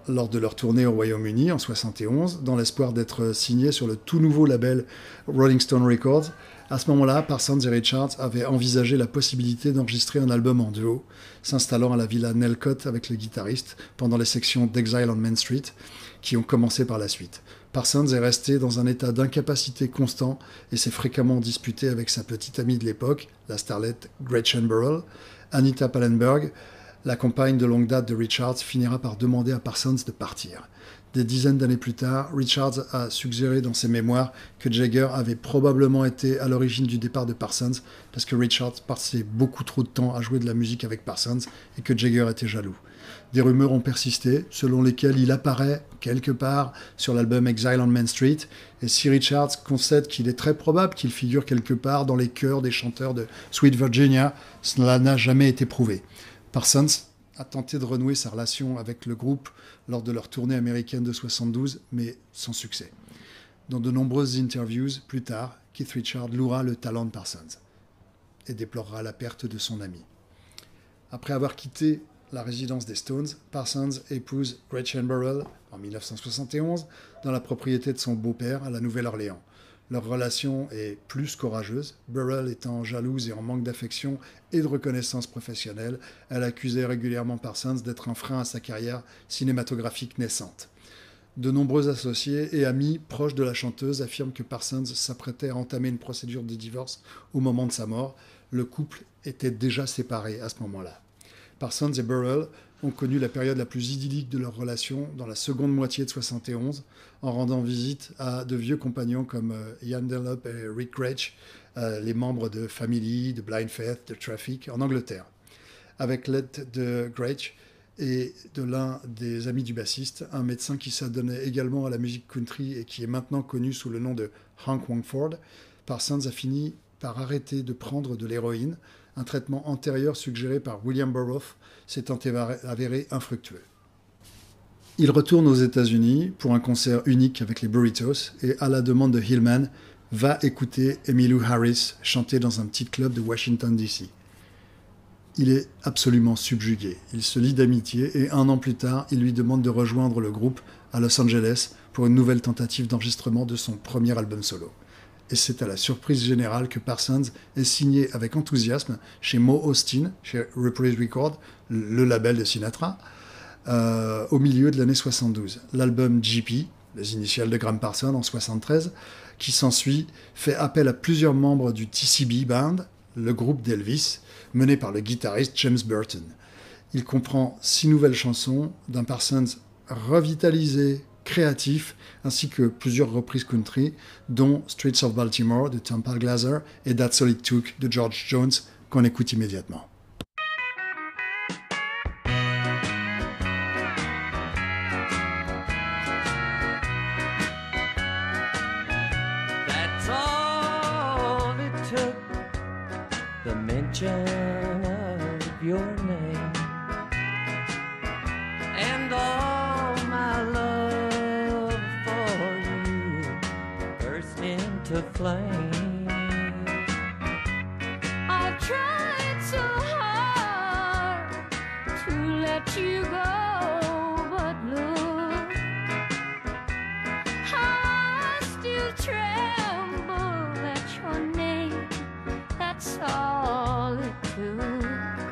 Speaker 1: lors de leur tournée au Royaume-Uni en 71, dans l'espoir d'être signés sur le tout nouveau label Rolling Stone Records. À ce moment-là, Parsons et Richards avaient envisagé la possibilité d'enregistrer un album en duo, s'installant à la Villa Nelcott avec le guitariste pendant les sections d'Exile on Main Street, qui ont commencé par la suite. Parsons est resté dans un état d'incapacité constant et s'est fréquemment disputé avec sa petite amie de l'époque, la starlette Gretchen Burrell. Anita Pallenberg, la compagne de longue date de Richards, finira par demander à Parsons de partir. Des dizaines d'années plus tard, Richards a suggéré dans ses mémoires que Jagger avait probablement été à l'origine du départ de Parsons parce que Richards passait beaucoup trop de temps à jouer de la musique avec Parsons et que Jagger était jaloux. Des rumeurs ont persisté, selon lesquelles il apparaît quelque part sur l'album Exile on Main Street, et si Richards concède qu'il est très probable qu'il figure quelque part dans les chœurs des chanteurs de Sweet Virginia, cela n'a jamais été prouvé. Parsons a tenté de renouer sa relation avec le groupe lors de leur tournée américaine de 72, mais sans succès. Dans de nombreuses interviews, plus tard, Keith Richards louera le talent de Parsons et déplorera la perte de son ami. Après avoir quitté la résidence des Stones, Parsons épouse Gretchen Burrell en 1971 dans la propriété de son beau-père à la Nouvelle-Orléans. Leur relation est plus qu'orageuse. Burrell étant jalouse et en manque d'affection et de reconnaissance professionnelle, elle accusait régulièrement Parsons d'être un frein à sa carrière cinématographique naissante. De nombreux associés et amis proches de la chanteuse affirment que Parsons s'apprêtait à entamer une procédure de divorce au moment de sa mort. Le couple était déjà séparé à ce moment-là. Parsons et Burrell ont connu la période la plus idyllique de leur relation dans la seconde moitié de 71, en rendant visite à de vieux compagnons comme Ian Dunlop et Rick Grech, les membres de Family, de Blind Faith, de Traffic, en Angleterre. Avec l'aide de Grech et de l'un des amis du bassiste, un médecin qui s'adonnait également à la musique country et qui est maintenant connu sous le nom de Hank Wangford, Parsons a fini par arrêter de prendre de l'héroïne, un traitement antérieur suggéré par William Burroughs s'étant avéré infructueux. Il retourne aux États-Unis pour un concert unique avec les Burritos et, à la demande de Hillman, va écouter Emmylou Harris chanter dans un petit club de Washington, D.C. Il est absolument subjugué. Il se lie d'amitié et 1 an plus tard, il lui demande de rejoindre le groupe à Los Angeles pour une nouvelle tentative d'enregistrement de son premier album solo. Et c'est à la surprise générale que Parsons est signé avec enthousiasme chez Mo Austin, chez Reprise Records, le label de Sinatra, au milieu de l'année 72. L'album GP, les initiales de Graham Parsons en 73, qui s'ensuit, fait appel à plusieurs membres du TCB Band, le groupe d'Elvis, mené par le guitariste James Burton. Il comprend 6 nouvelles chansons d'un Parsons revitalisé, créatif, ainsi que plusieurs reprises country, dont Streets of Baltimore de Temple Glaser et That's All It Took de George Jones, qu'on écoute immédiatement.
Speaker 4: That's all it took, the mention of your name, and all my love for you burst into flame.
Speaker 5: I tried so hard to let you go, but look how I still tremble at your name. That's all it took.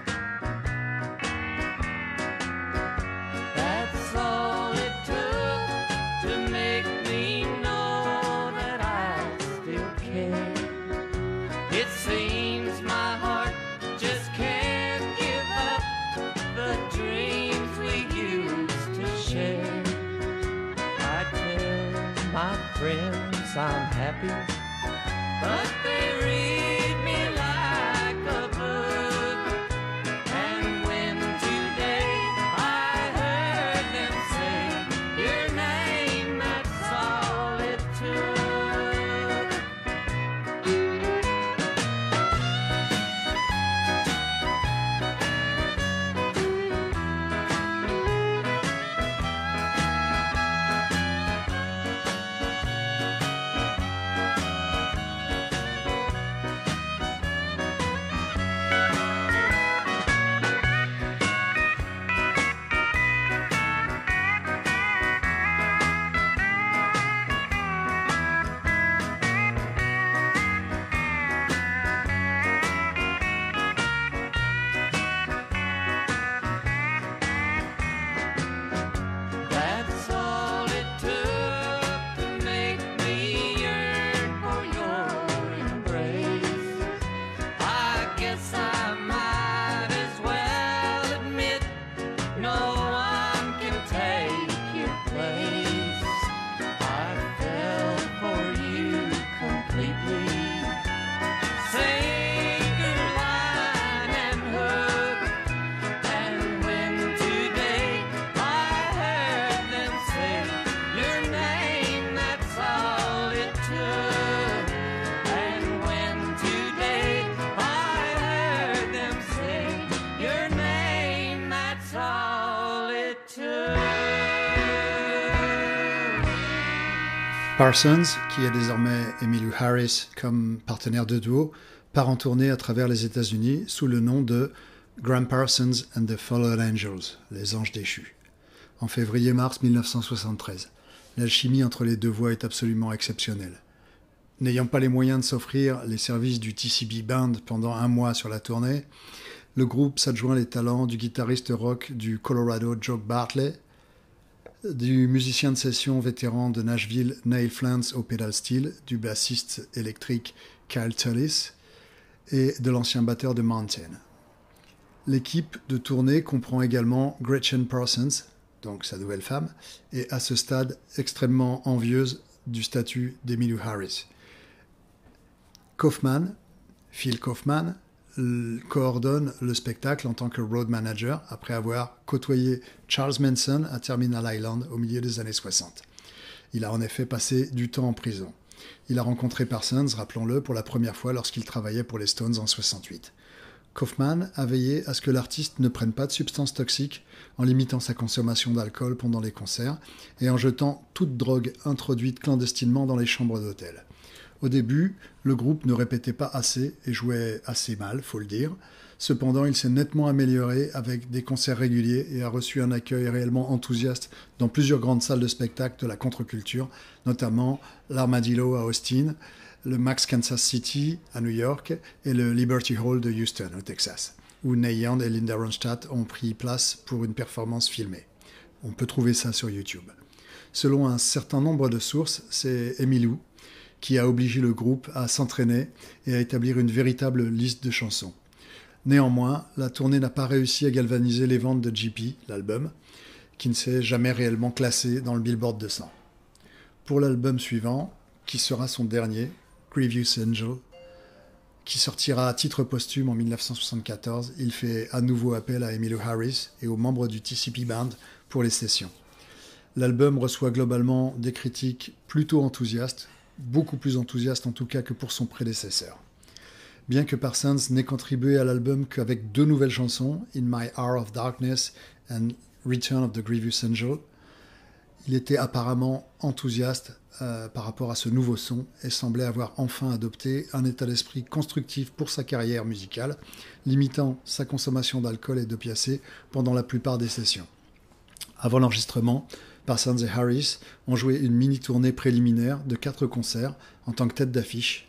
Speaker 4: That's all it took to make me know that I still care. It seems my heart just can't give up the dreams we used to share. I tell my friends I'm happy, but they read me like a book. And when today I heard them say your name, that's all it took.
Speaker 1: Parsons, qui a désormais Emmylou Harris comme partenaire de duo, part en tournée à travers les États-Unis sous le nom de Gram Parsons and the Fallen Angels, les anges déchus. En février-mars 1973, l'alchimie entre les deux voix est absolument exceptionnelle. N'ayant pas les moyens de s'offrir les services du TCB Band pendant un mois sur la tournée, le groupe s'adjoint les talents du guitariste rock du Colorado Joe Bartley, du musicien de session vétéran de Nashville Neil Flantz au pedal steel, du bassiste électrique Kyle Tullis et de l'ancien batteur de Mountain. L'équipe de tournée comprend également Gretchen Parsons, donc sa nouvelle femme, et à ce stade extrêmement envieuse du statut d'Emmylou Harris. Phil Kaufman, coordonne le spectacle en tant que road manager après avoir côtoyé Charles Manson à Terminal Island au milieu des années 60. Il a en effet passé du temps en prison. Il a rencontré Parsons, rappelons-le, pour la première fois lorsqu'il travaillait pour les Stones en 68. Kaufman a veillé à ce que l'artiste ne prenne pas de substances toxiques en limitant sa consommation d'alcool pendant les concerts et en jetant toute drogue introduite clandestinement dans les chambres d'hôtel. Au début, le groupe ne répétait pas assez et jouait assez mal, faut le dire. Cependant, il s'est nettement amélioré avec des concerts réguliers et a reçu un accueil réellement enthousiaste dans plusieurs grandes salles de spectacle de la contre-culture, notamment l'Armadillo à Austin, le Max Kansas City à New York et le Liberty Hall de Houston au Texas, où Neil Young et Linda Ronstadt ont pris place pour une performance filmée. On peut trouver ça sur YouTube. Selon un certain nombre de sources, c'est Emmylou qui a obligé le groupe à s'entraîner et à établir une véritable liste de chansons. Néanmoins, la tournée n'a pas réussi à galvaniser les ventes de GP, l'album, qui ne s'est jamais réellement classé dans le Billboard 200. Pour l'album suivant, qui sera son dernier, Grievous Angel, qui sortira à titre posthume en 1974, il fait à nouveau appel à Emmylou Harris et aux membres du TCP Band pour les sessions. L'album reçoit globalement des critiques plutôt enthousiastes, beaucoup plus enthousiastes en tout cas que pour son prédécesseur. Bien que Parsons n'ait contribué à l'album qu'avec 2 nouvelles chansons, In My Hour of Darkness and Return of the Grievous Angel, il était apparemment enthousiaste par rapport à ce nouveau son et semblait avoir enfin adopté un état d'esprit constructif pour sa carrière musicale, limitant sa consommation d'alcool et d'opiacés pendant la plupart des sessions. Avant l'enregistrement, Parsons et Harris ont joué une mini-tournée préliminaire de 4 concerts en tant que tête d'affiche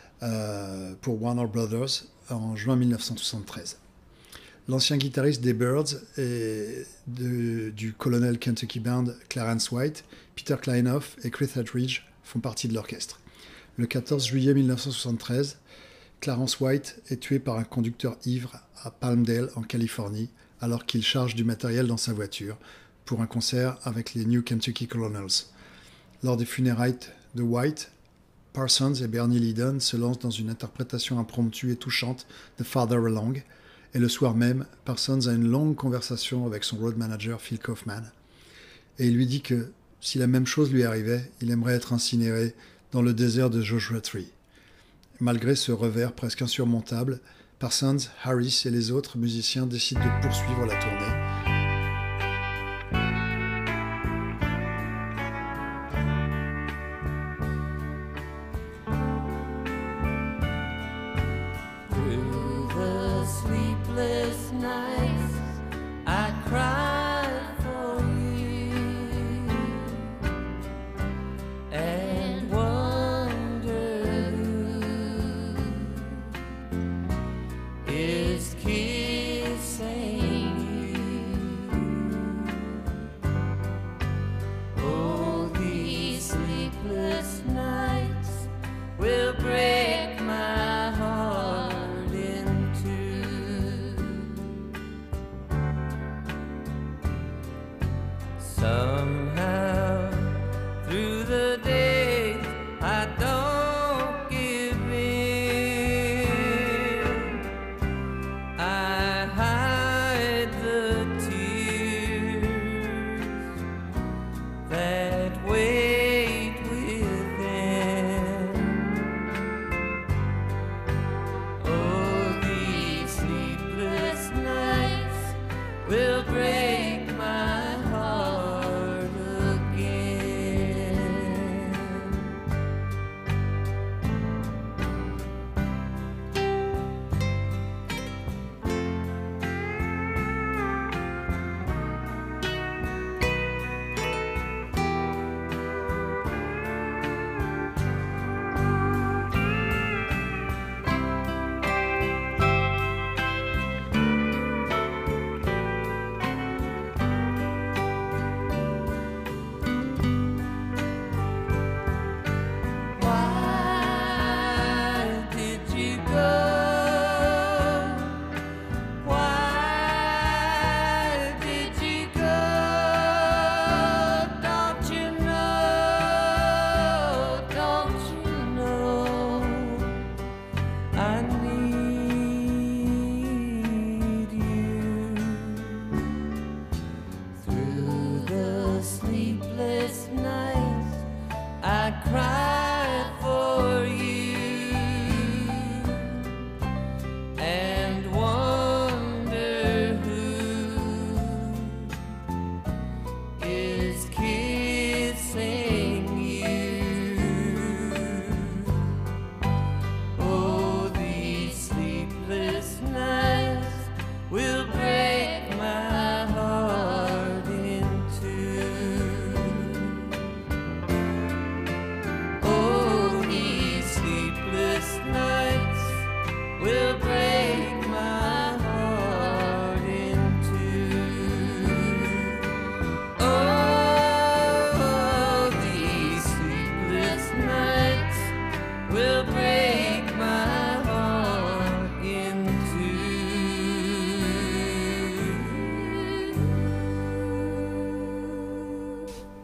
Speaker 1: pour Warner Brothers en juin 1973. L'ancien guitariste des Byrds et du Colonel Kentucky Band Clarence White, Peter Kleinhoff et Chris Etheridge font partie de l'orchestre. Le 14 juillet 1973, Clarence White est tué par un conducteur ivre à Palmdale en Californie alors qu'il charge du matériel dans sa voiture pour un concert avec les New Kentucky Colonels. Lors des funérailles de White, Parsons et Bernie Leadon se lancent dans une interprétation impromptue et touchante de Farther Along, et le soir même, Parsons a une longue conversation avec son road manager Phil Kaufman, et il lui dit que si la même chose lui arrivait, il aimerait être incinéré dans le désert de Joshua Tree. Malgré ce revers presque insurmontable, Parsons, Harris et les autres musiciens décident de poursuivre la tournée.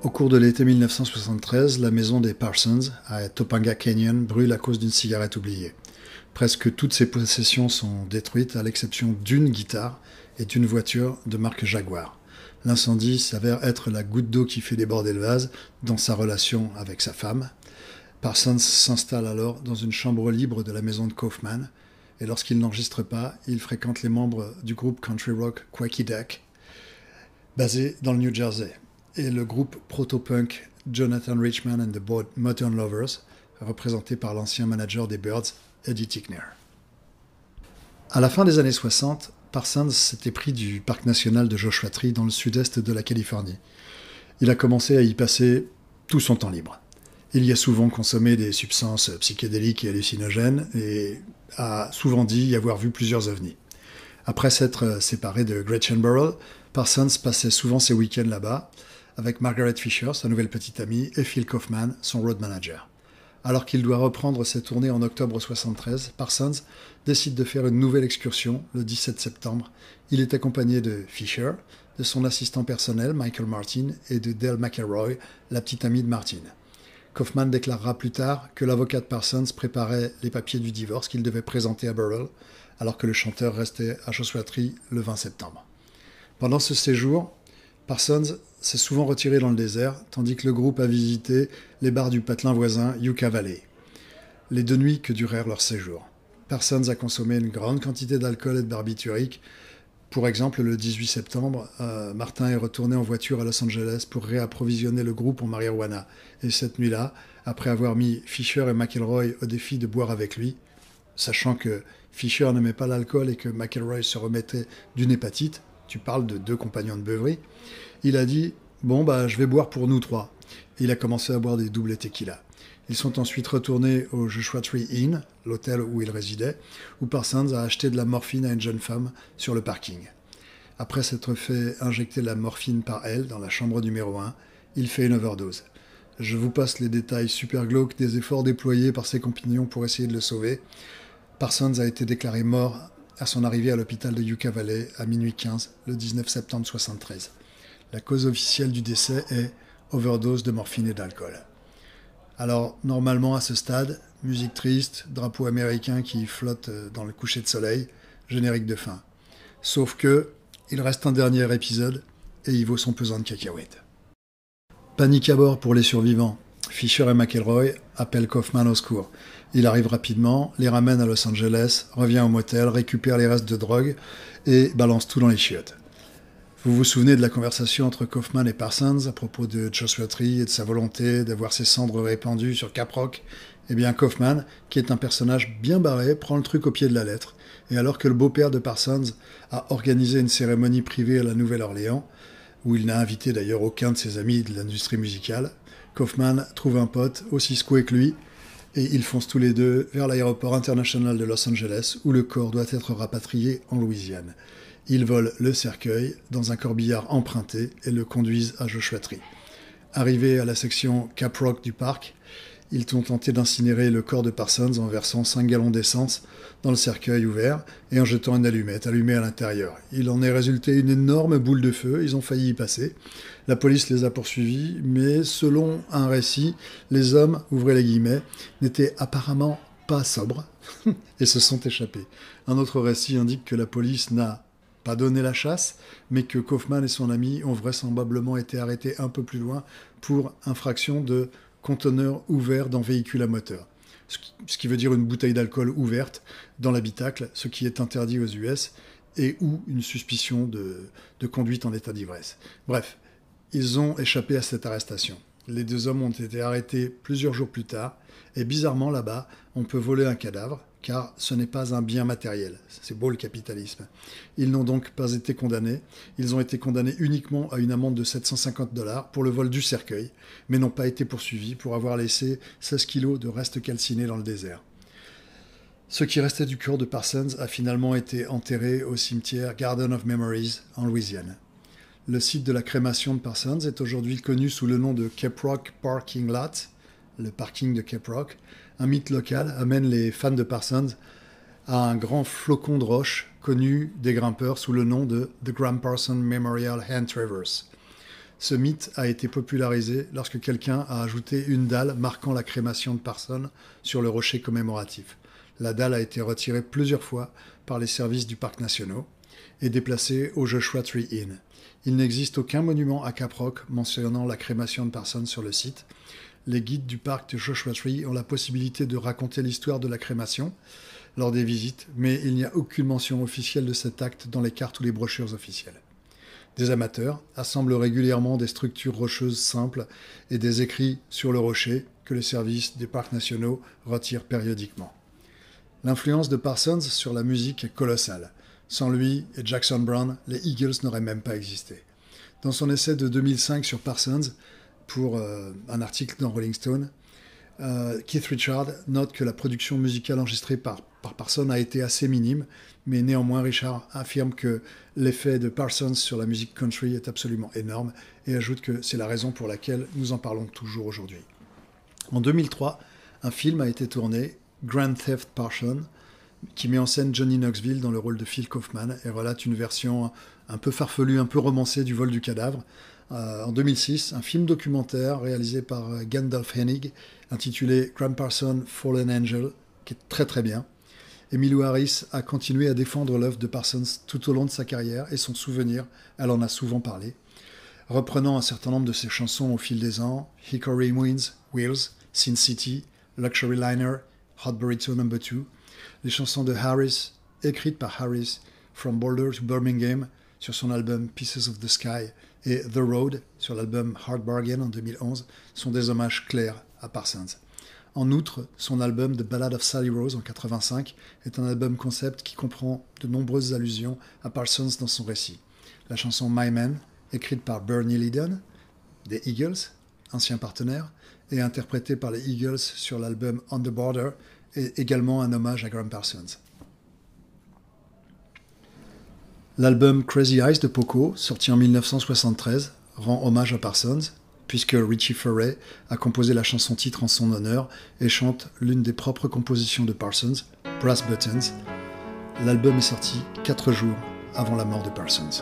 Speaker 1: Au cours de l'été 1973, la maison des Parsons, à Topanga Canyon, brûle à cause d'une cigarette oubliée. Presque toutes ses possessions sont détruites, à l'exception d'une guitare et d'une voiture de marque Jaguar. L'incendie s'avère être la goutte d'eau qui fait déborder le vase dans sa relation avec sa femme. Parsons s'installe alors dans une chambre libre de la maison de Kaufman, et lorsqu'il n'enregistre pas, il fréquente les membres du groupe country rock Quacky Duck, basé dans le New Jersey, et le groupe proto-punk Jonathan Richman and the Modern Lovers, représenté par l'ancien manager des Byrds, Eddie Tickner. À la fin des années 60, Parsons s'était pris du parc national de Joshua Tree dans le sud-est de la Californie. Il a commencé à y passer tout son temps libre. Il y a souvent consommé des substances psychédéliques et hallucinogènes et a souvent dit y avoir vu plusieurs ovnis. Après s'être séparé de Gretchen Burrell, Parsons passait souvent ses week-ends là-bas avec Margaret Fisher, sa nouvelle petite amie, et Phil Kaufman, son road manager. Alors qu'il doit reprendre ses tournées en octobre 73, Parsons décide de faire une nouvelle excursion le 17 septembre. Il est accompagné de Fisher, de son assistant personnel Michael Martin et de Dale McElroy, la petite amie de Martin. Kaufman déclarera plus tard que l'avocat de Parsons préparait les papiers du divorce qu'il devait présenter à Burrell, alors que le chanteur restait à Joshua Tree le 20 septembre. Pendant ce séjour, Parsons s'est souvent retiré dans le désert, tandis que le groupe a visité les bars du patelin voisin Yucca Valley. Les 2 nuits que durèrent leur séjour. Parsons a consommé une grande quantité d'alcool et de barbiturique. Pour exemple, le 18 septembre, Martin est retourné en voiture à Los Angeles pour réapprovisionner le groupe en marijuana. Et cette nuit-là, après avoir mis Fisher et McElroy au défi de boire avec lui, sachant que Fisher n'aimait pas l'alcool et que McElroy se remettait d'une hépatite, tu parles de 2 compagnons de beuverie, il a dit « Bon, je vais boire pour nous 3 ». Il a commencé à boire des doubles tequila. Ils sont ensuite retournés au Joshua Tree Inn, l'hôtel où il résidait, où Parsons a acheté de la morphine à une jeune femme sur le parking. Après s'être fait injecter la morphine par elle dans la chambre numéro 1, il fait une overdose. Je vous passe les détails super glauques des efforts déployés par ses compagnons pour essayer de le sauver. Parsons a été déclaré mort à son arrivée à l'hôpital de Yucca Valley à minuit 15, le 19 septembre 1973. La cause officielle du décès est overdose de morphine et d'alcool. Alors, normalement, à ce stade, musique triste, drapeau américain qui flotte dans le coucher de soleil, générique de fin. Sauf que, il reste un dernier épisode et il vaut son pesant de cacahuètes. Panique à bord pour les survivants. Fisher et McElroy appellent Kaufman au secours. Il arrive rapidement, les ramène à Los Angeles, revient au motel, récupère les restes de drogue et balance tout dans les chiottes. Vous vous souvenez de la conversation entre Kaufman et Parsons à propos de Joshua Tree et de sa volonté d'avoir ses cendres répandues sur Cap Rock? Eh bien, Kaufman, qui est un personnage bien barré, prend le truc au pied de la lettre. Et alors que le beau-père de Parsons a organisé une cérémonie privée à la Nouvelle-Orléans, où il n'a invité d'ailleurs aucun de ses amis de l'industrie musicale, Kaufman trouve un pote aussi secoué que lui, et ils foncent tous les deux vers l'aéroport international de Los Angeles, où le corps doit être rapatrié en Louisiane. Ils volent le cercueil dans un corbillard emprunté et le conduisent à Joshua Tree. Arrivés à la section Cap Rock du parc, ils ont tenté d'incinérer le corps de Parsons en versant 5 gallons d'essence dans le cercueil ouvert et en jetant une allumette allumée à l'intérieur. Il en est résulté une énorme boule de feu, ils ont failli y passer. La police les a poursuivis, mais selon un récit, les hommes, ouvrez les guillemets, n'étaient apparemment pas sobres et se sont échappés. Un autre récit indique que la police n'a pas donné la chasse, mais que Kaufman et son ami ont vraisemblablement été arrêtés un peu plus loin pour infraction de conteneur ouvert dans véhicule à moteur. Ce qui veut dire une bouteille d'alcool ouverte dans l'habitacle, ce qui est interdit aux US, et ou une suspicion de conduite en état d'ivresse. Bref, ils ont échappé à cette arrestation. Les 2 hommes ont été arrêtés plusieurs jours plus tard, et bizarrement là-bas, on peut voler un cadavre, car ce n'est pas un bien matériel. C'est beau le capitalisme. Ils n'ont donc pas été condamnés. Ils ont été condamnés uniquement à une amende de $750 pour le vol du cercueil, mais n'ont pas été poursuivis pour avoir laissé 16 kilos de restes calcinés dans le désert. Ce qui restait du corps de Parsons a finalement été enterré au cimetière Garden of Memories en Louisiane. Le site de la crémation de Parsons est aujourd'hui connu sous le nom de Cap Rock Parking Lot, le parking de Cap Rock. Un mythe local amène les fans de Parsons à un grand flocon de roche connu des grimpeurs sous le nom de The Graham Parsons Memorial Hand Traverse. Ce mythe a été popularisé lorsque quelqu'un a ajouté une dalle marquant la crémation de Parsons sur le rocher commémoratif. La dalle a été retirée plusieurs fois par les services du parc national et déplacée au Joshua Tree Inn. Il n'existe aucun monument à Cap Rock mentionnant la crémation de Parsons sur le site. Les guides du parc de Joshua Tree ont la possibilité de raconter l'histoire de la crémation lors des visites, mais il n'y a aucune mention officielle de cet acte dans les cartes ou les brochures officielles. Des amateurs assemblent régulièrement des structures rocheuses simples et des écrits sur le rocher que les services des parcs nationaux retirent périodiquement. L'influence de Parsons sur la musique est colossale. Sans lui et Jackson Browne, les Eagles n'auraient même pas existé. Dans son essai de 2005 sur Parsons, pour un article dans Rolling Stone, Keith Richards note que la production musicale enregistrée par Parsons a été assez minime, mais néanmoins Richard affirme que l'effet de Parsons sur la musique country est absolument énorme et ajoute que c'est la raison pour laquelle nous en parlons toujours aujourd'hui. En 2003, un film a été tourné, Grand Theft Parsons, qui met en scène Johnny Knoxville dans le rôle de Phil Kaufman et relate une version un peu farfelue, un peu romancée du vol du cadavre. En 2006, un film documentaire réalisé par Gandalf Hennig, intitulé Gram Parsons Fallen Angel, qui est très très bien. Emmylou Harris a continué à défendre l'œuvre de Parsons tout au long de sa carrière et son souvenir, elle en a souvent parlé. Reprenant un certain nombre de ses chansons au fil des ans, Hickory Wheels, Sin City, Luxury Liner, Hot Burrito No. 2, les chansons de Harris, écrites par Harris, From Boulder to Birmingham, sur son album Pieces of the Sky, et The Road, sur l'album Hard Bargain en 2011, sont des hommages clairs à Parsons. En outre, son album The Ballad of Sally Rose en 1985 est un album concept qui comprend de nombreuses allusions à Parsons dans son récit. La chanson My Man, écrite par Bernie Leadon, des Eagles, ancien partenaire, et interprétée par les Eagles sur l'album On the Border, est également un hommage à Gram Parsons. L'album Crazy Eyes de Poco, sorti en 1973, rend hommage à Parsons, puisque Richie Furay a composé la chanson-titre en son honneur et chante l'une des propres compositions de Parsons, Brass Buttons. L'album est sorti 4 jours avant la mort de Parsons.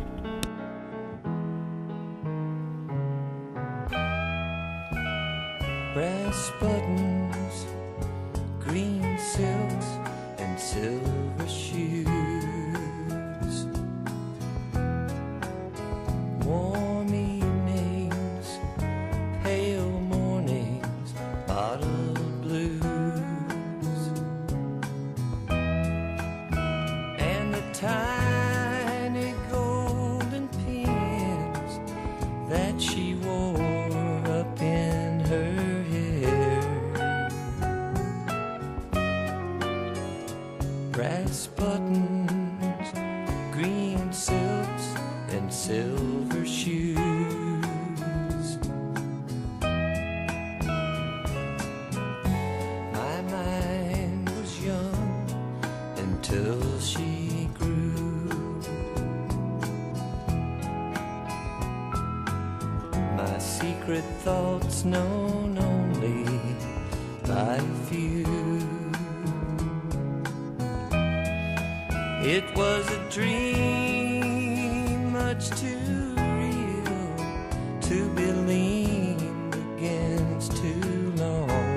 Speaker 4: Brass buttons, green silks, and silver shoes. Warm evenings, pale mornings, bottle blues, and the tiny golden pins that she wore up in her hair. Brass buttons, green silks, and silver shoes. My mind was young until she grew. My secret thoughts known only by few. It was a dream much too real to be leaned against too long.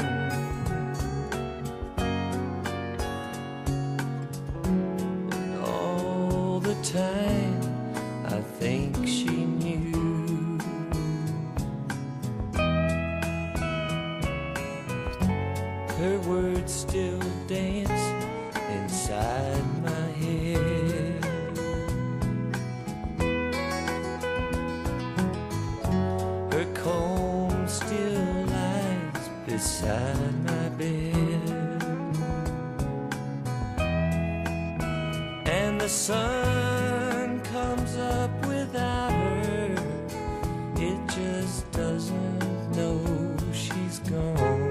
Speaker 4: And all the time I think she knew. Her words still dance inside my head. Her comb still lies beside my bed, and the sun comes up without her. It just doesn't know she's gone.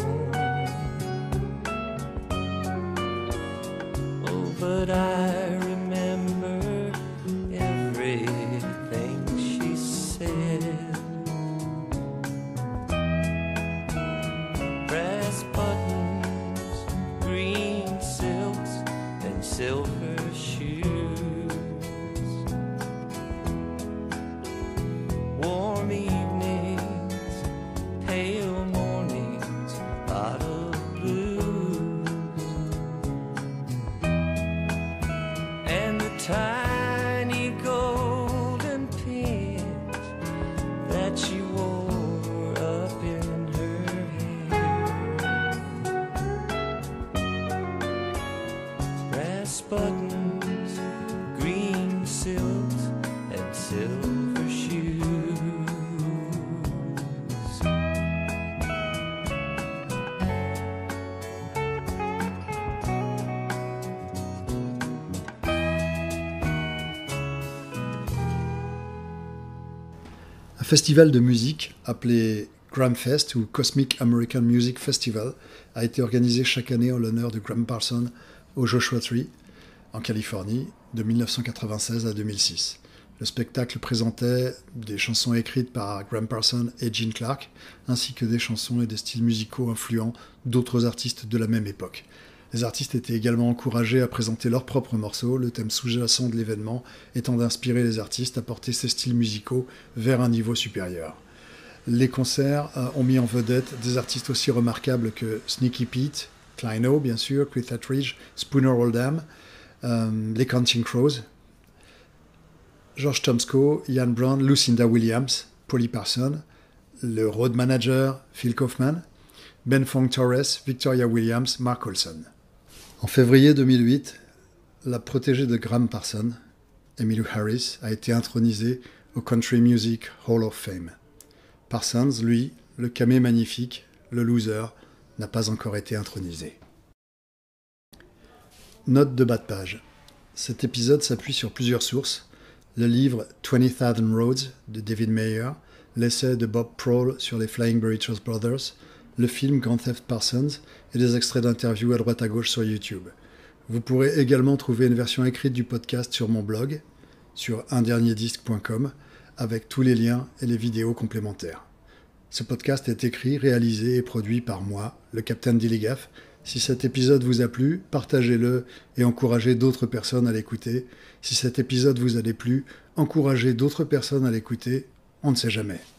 Speaker 4: But I remember everything she said. Brass
Speaker 1: festival de musique appelé Gramfest ou Cosmic American Music Festival a été organisé chaque année en l'honneur de Gram Parsons au Joshua Tree, en Californie, de 1996 à 2006. Le spectacle présentait des chansons écrites par Gram Parsons et Gene Clark, ainsi que des chansons et des styles musicaux influents d'autres artistes de la même époque. Les artistes étaient également encouragés à présenter leurs propres morceaux, le thème sous-jacent de l'événement étant d'inspirer les artistes à porter ces styles musicaux vers un niveau supérieur. Les concerts ont mis en vedette des artistes aussi remarquables que Sneaky Pete, Kleino bien sûr, Cliff Etheridge, Spooner Oldham, les Counting Crows, George Tomsko, Ian Brown, Lucinda Williams, Polly Parson, le road manager Phil Kaufman, Ben Fong Torres, Victoria Williams, Mark Olson. En février 2008, la protégée de Gram Parsons, Emmylou Harris, a été intronisée au Country Music Hall of Fame. Parsons, lui, le camé magnifique, le loser, n'a pas encore été intronisé. Note de bas de page. Cet épisode s'appuie sur plusieurs sources. Le livre 20,000 Roads de David Mayer, l'essai de Bob Prohl sur les Flying Burritos Brothers, le film Grand Theft Parsons et des extraits d'interviews à droite à gauche sur YouTube. Vous pourrez également trouver une version écrite du podcast sur mon blog, sur undernierdisque.com, avec tous les liens et les vidéos complémentaires. Ce podcast est écrit, réalisé et produit par moi, le Capitaine Dilligaf. Si cet épisode vous a plu, partagez-le et encouragez d'autres personnes à l'écouter. Si cet épisode vous a déplu, encouragez d'autres personnes à l'écouter, on ne sait jamais.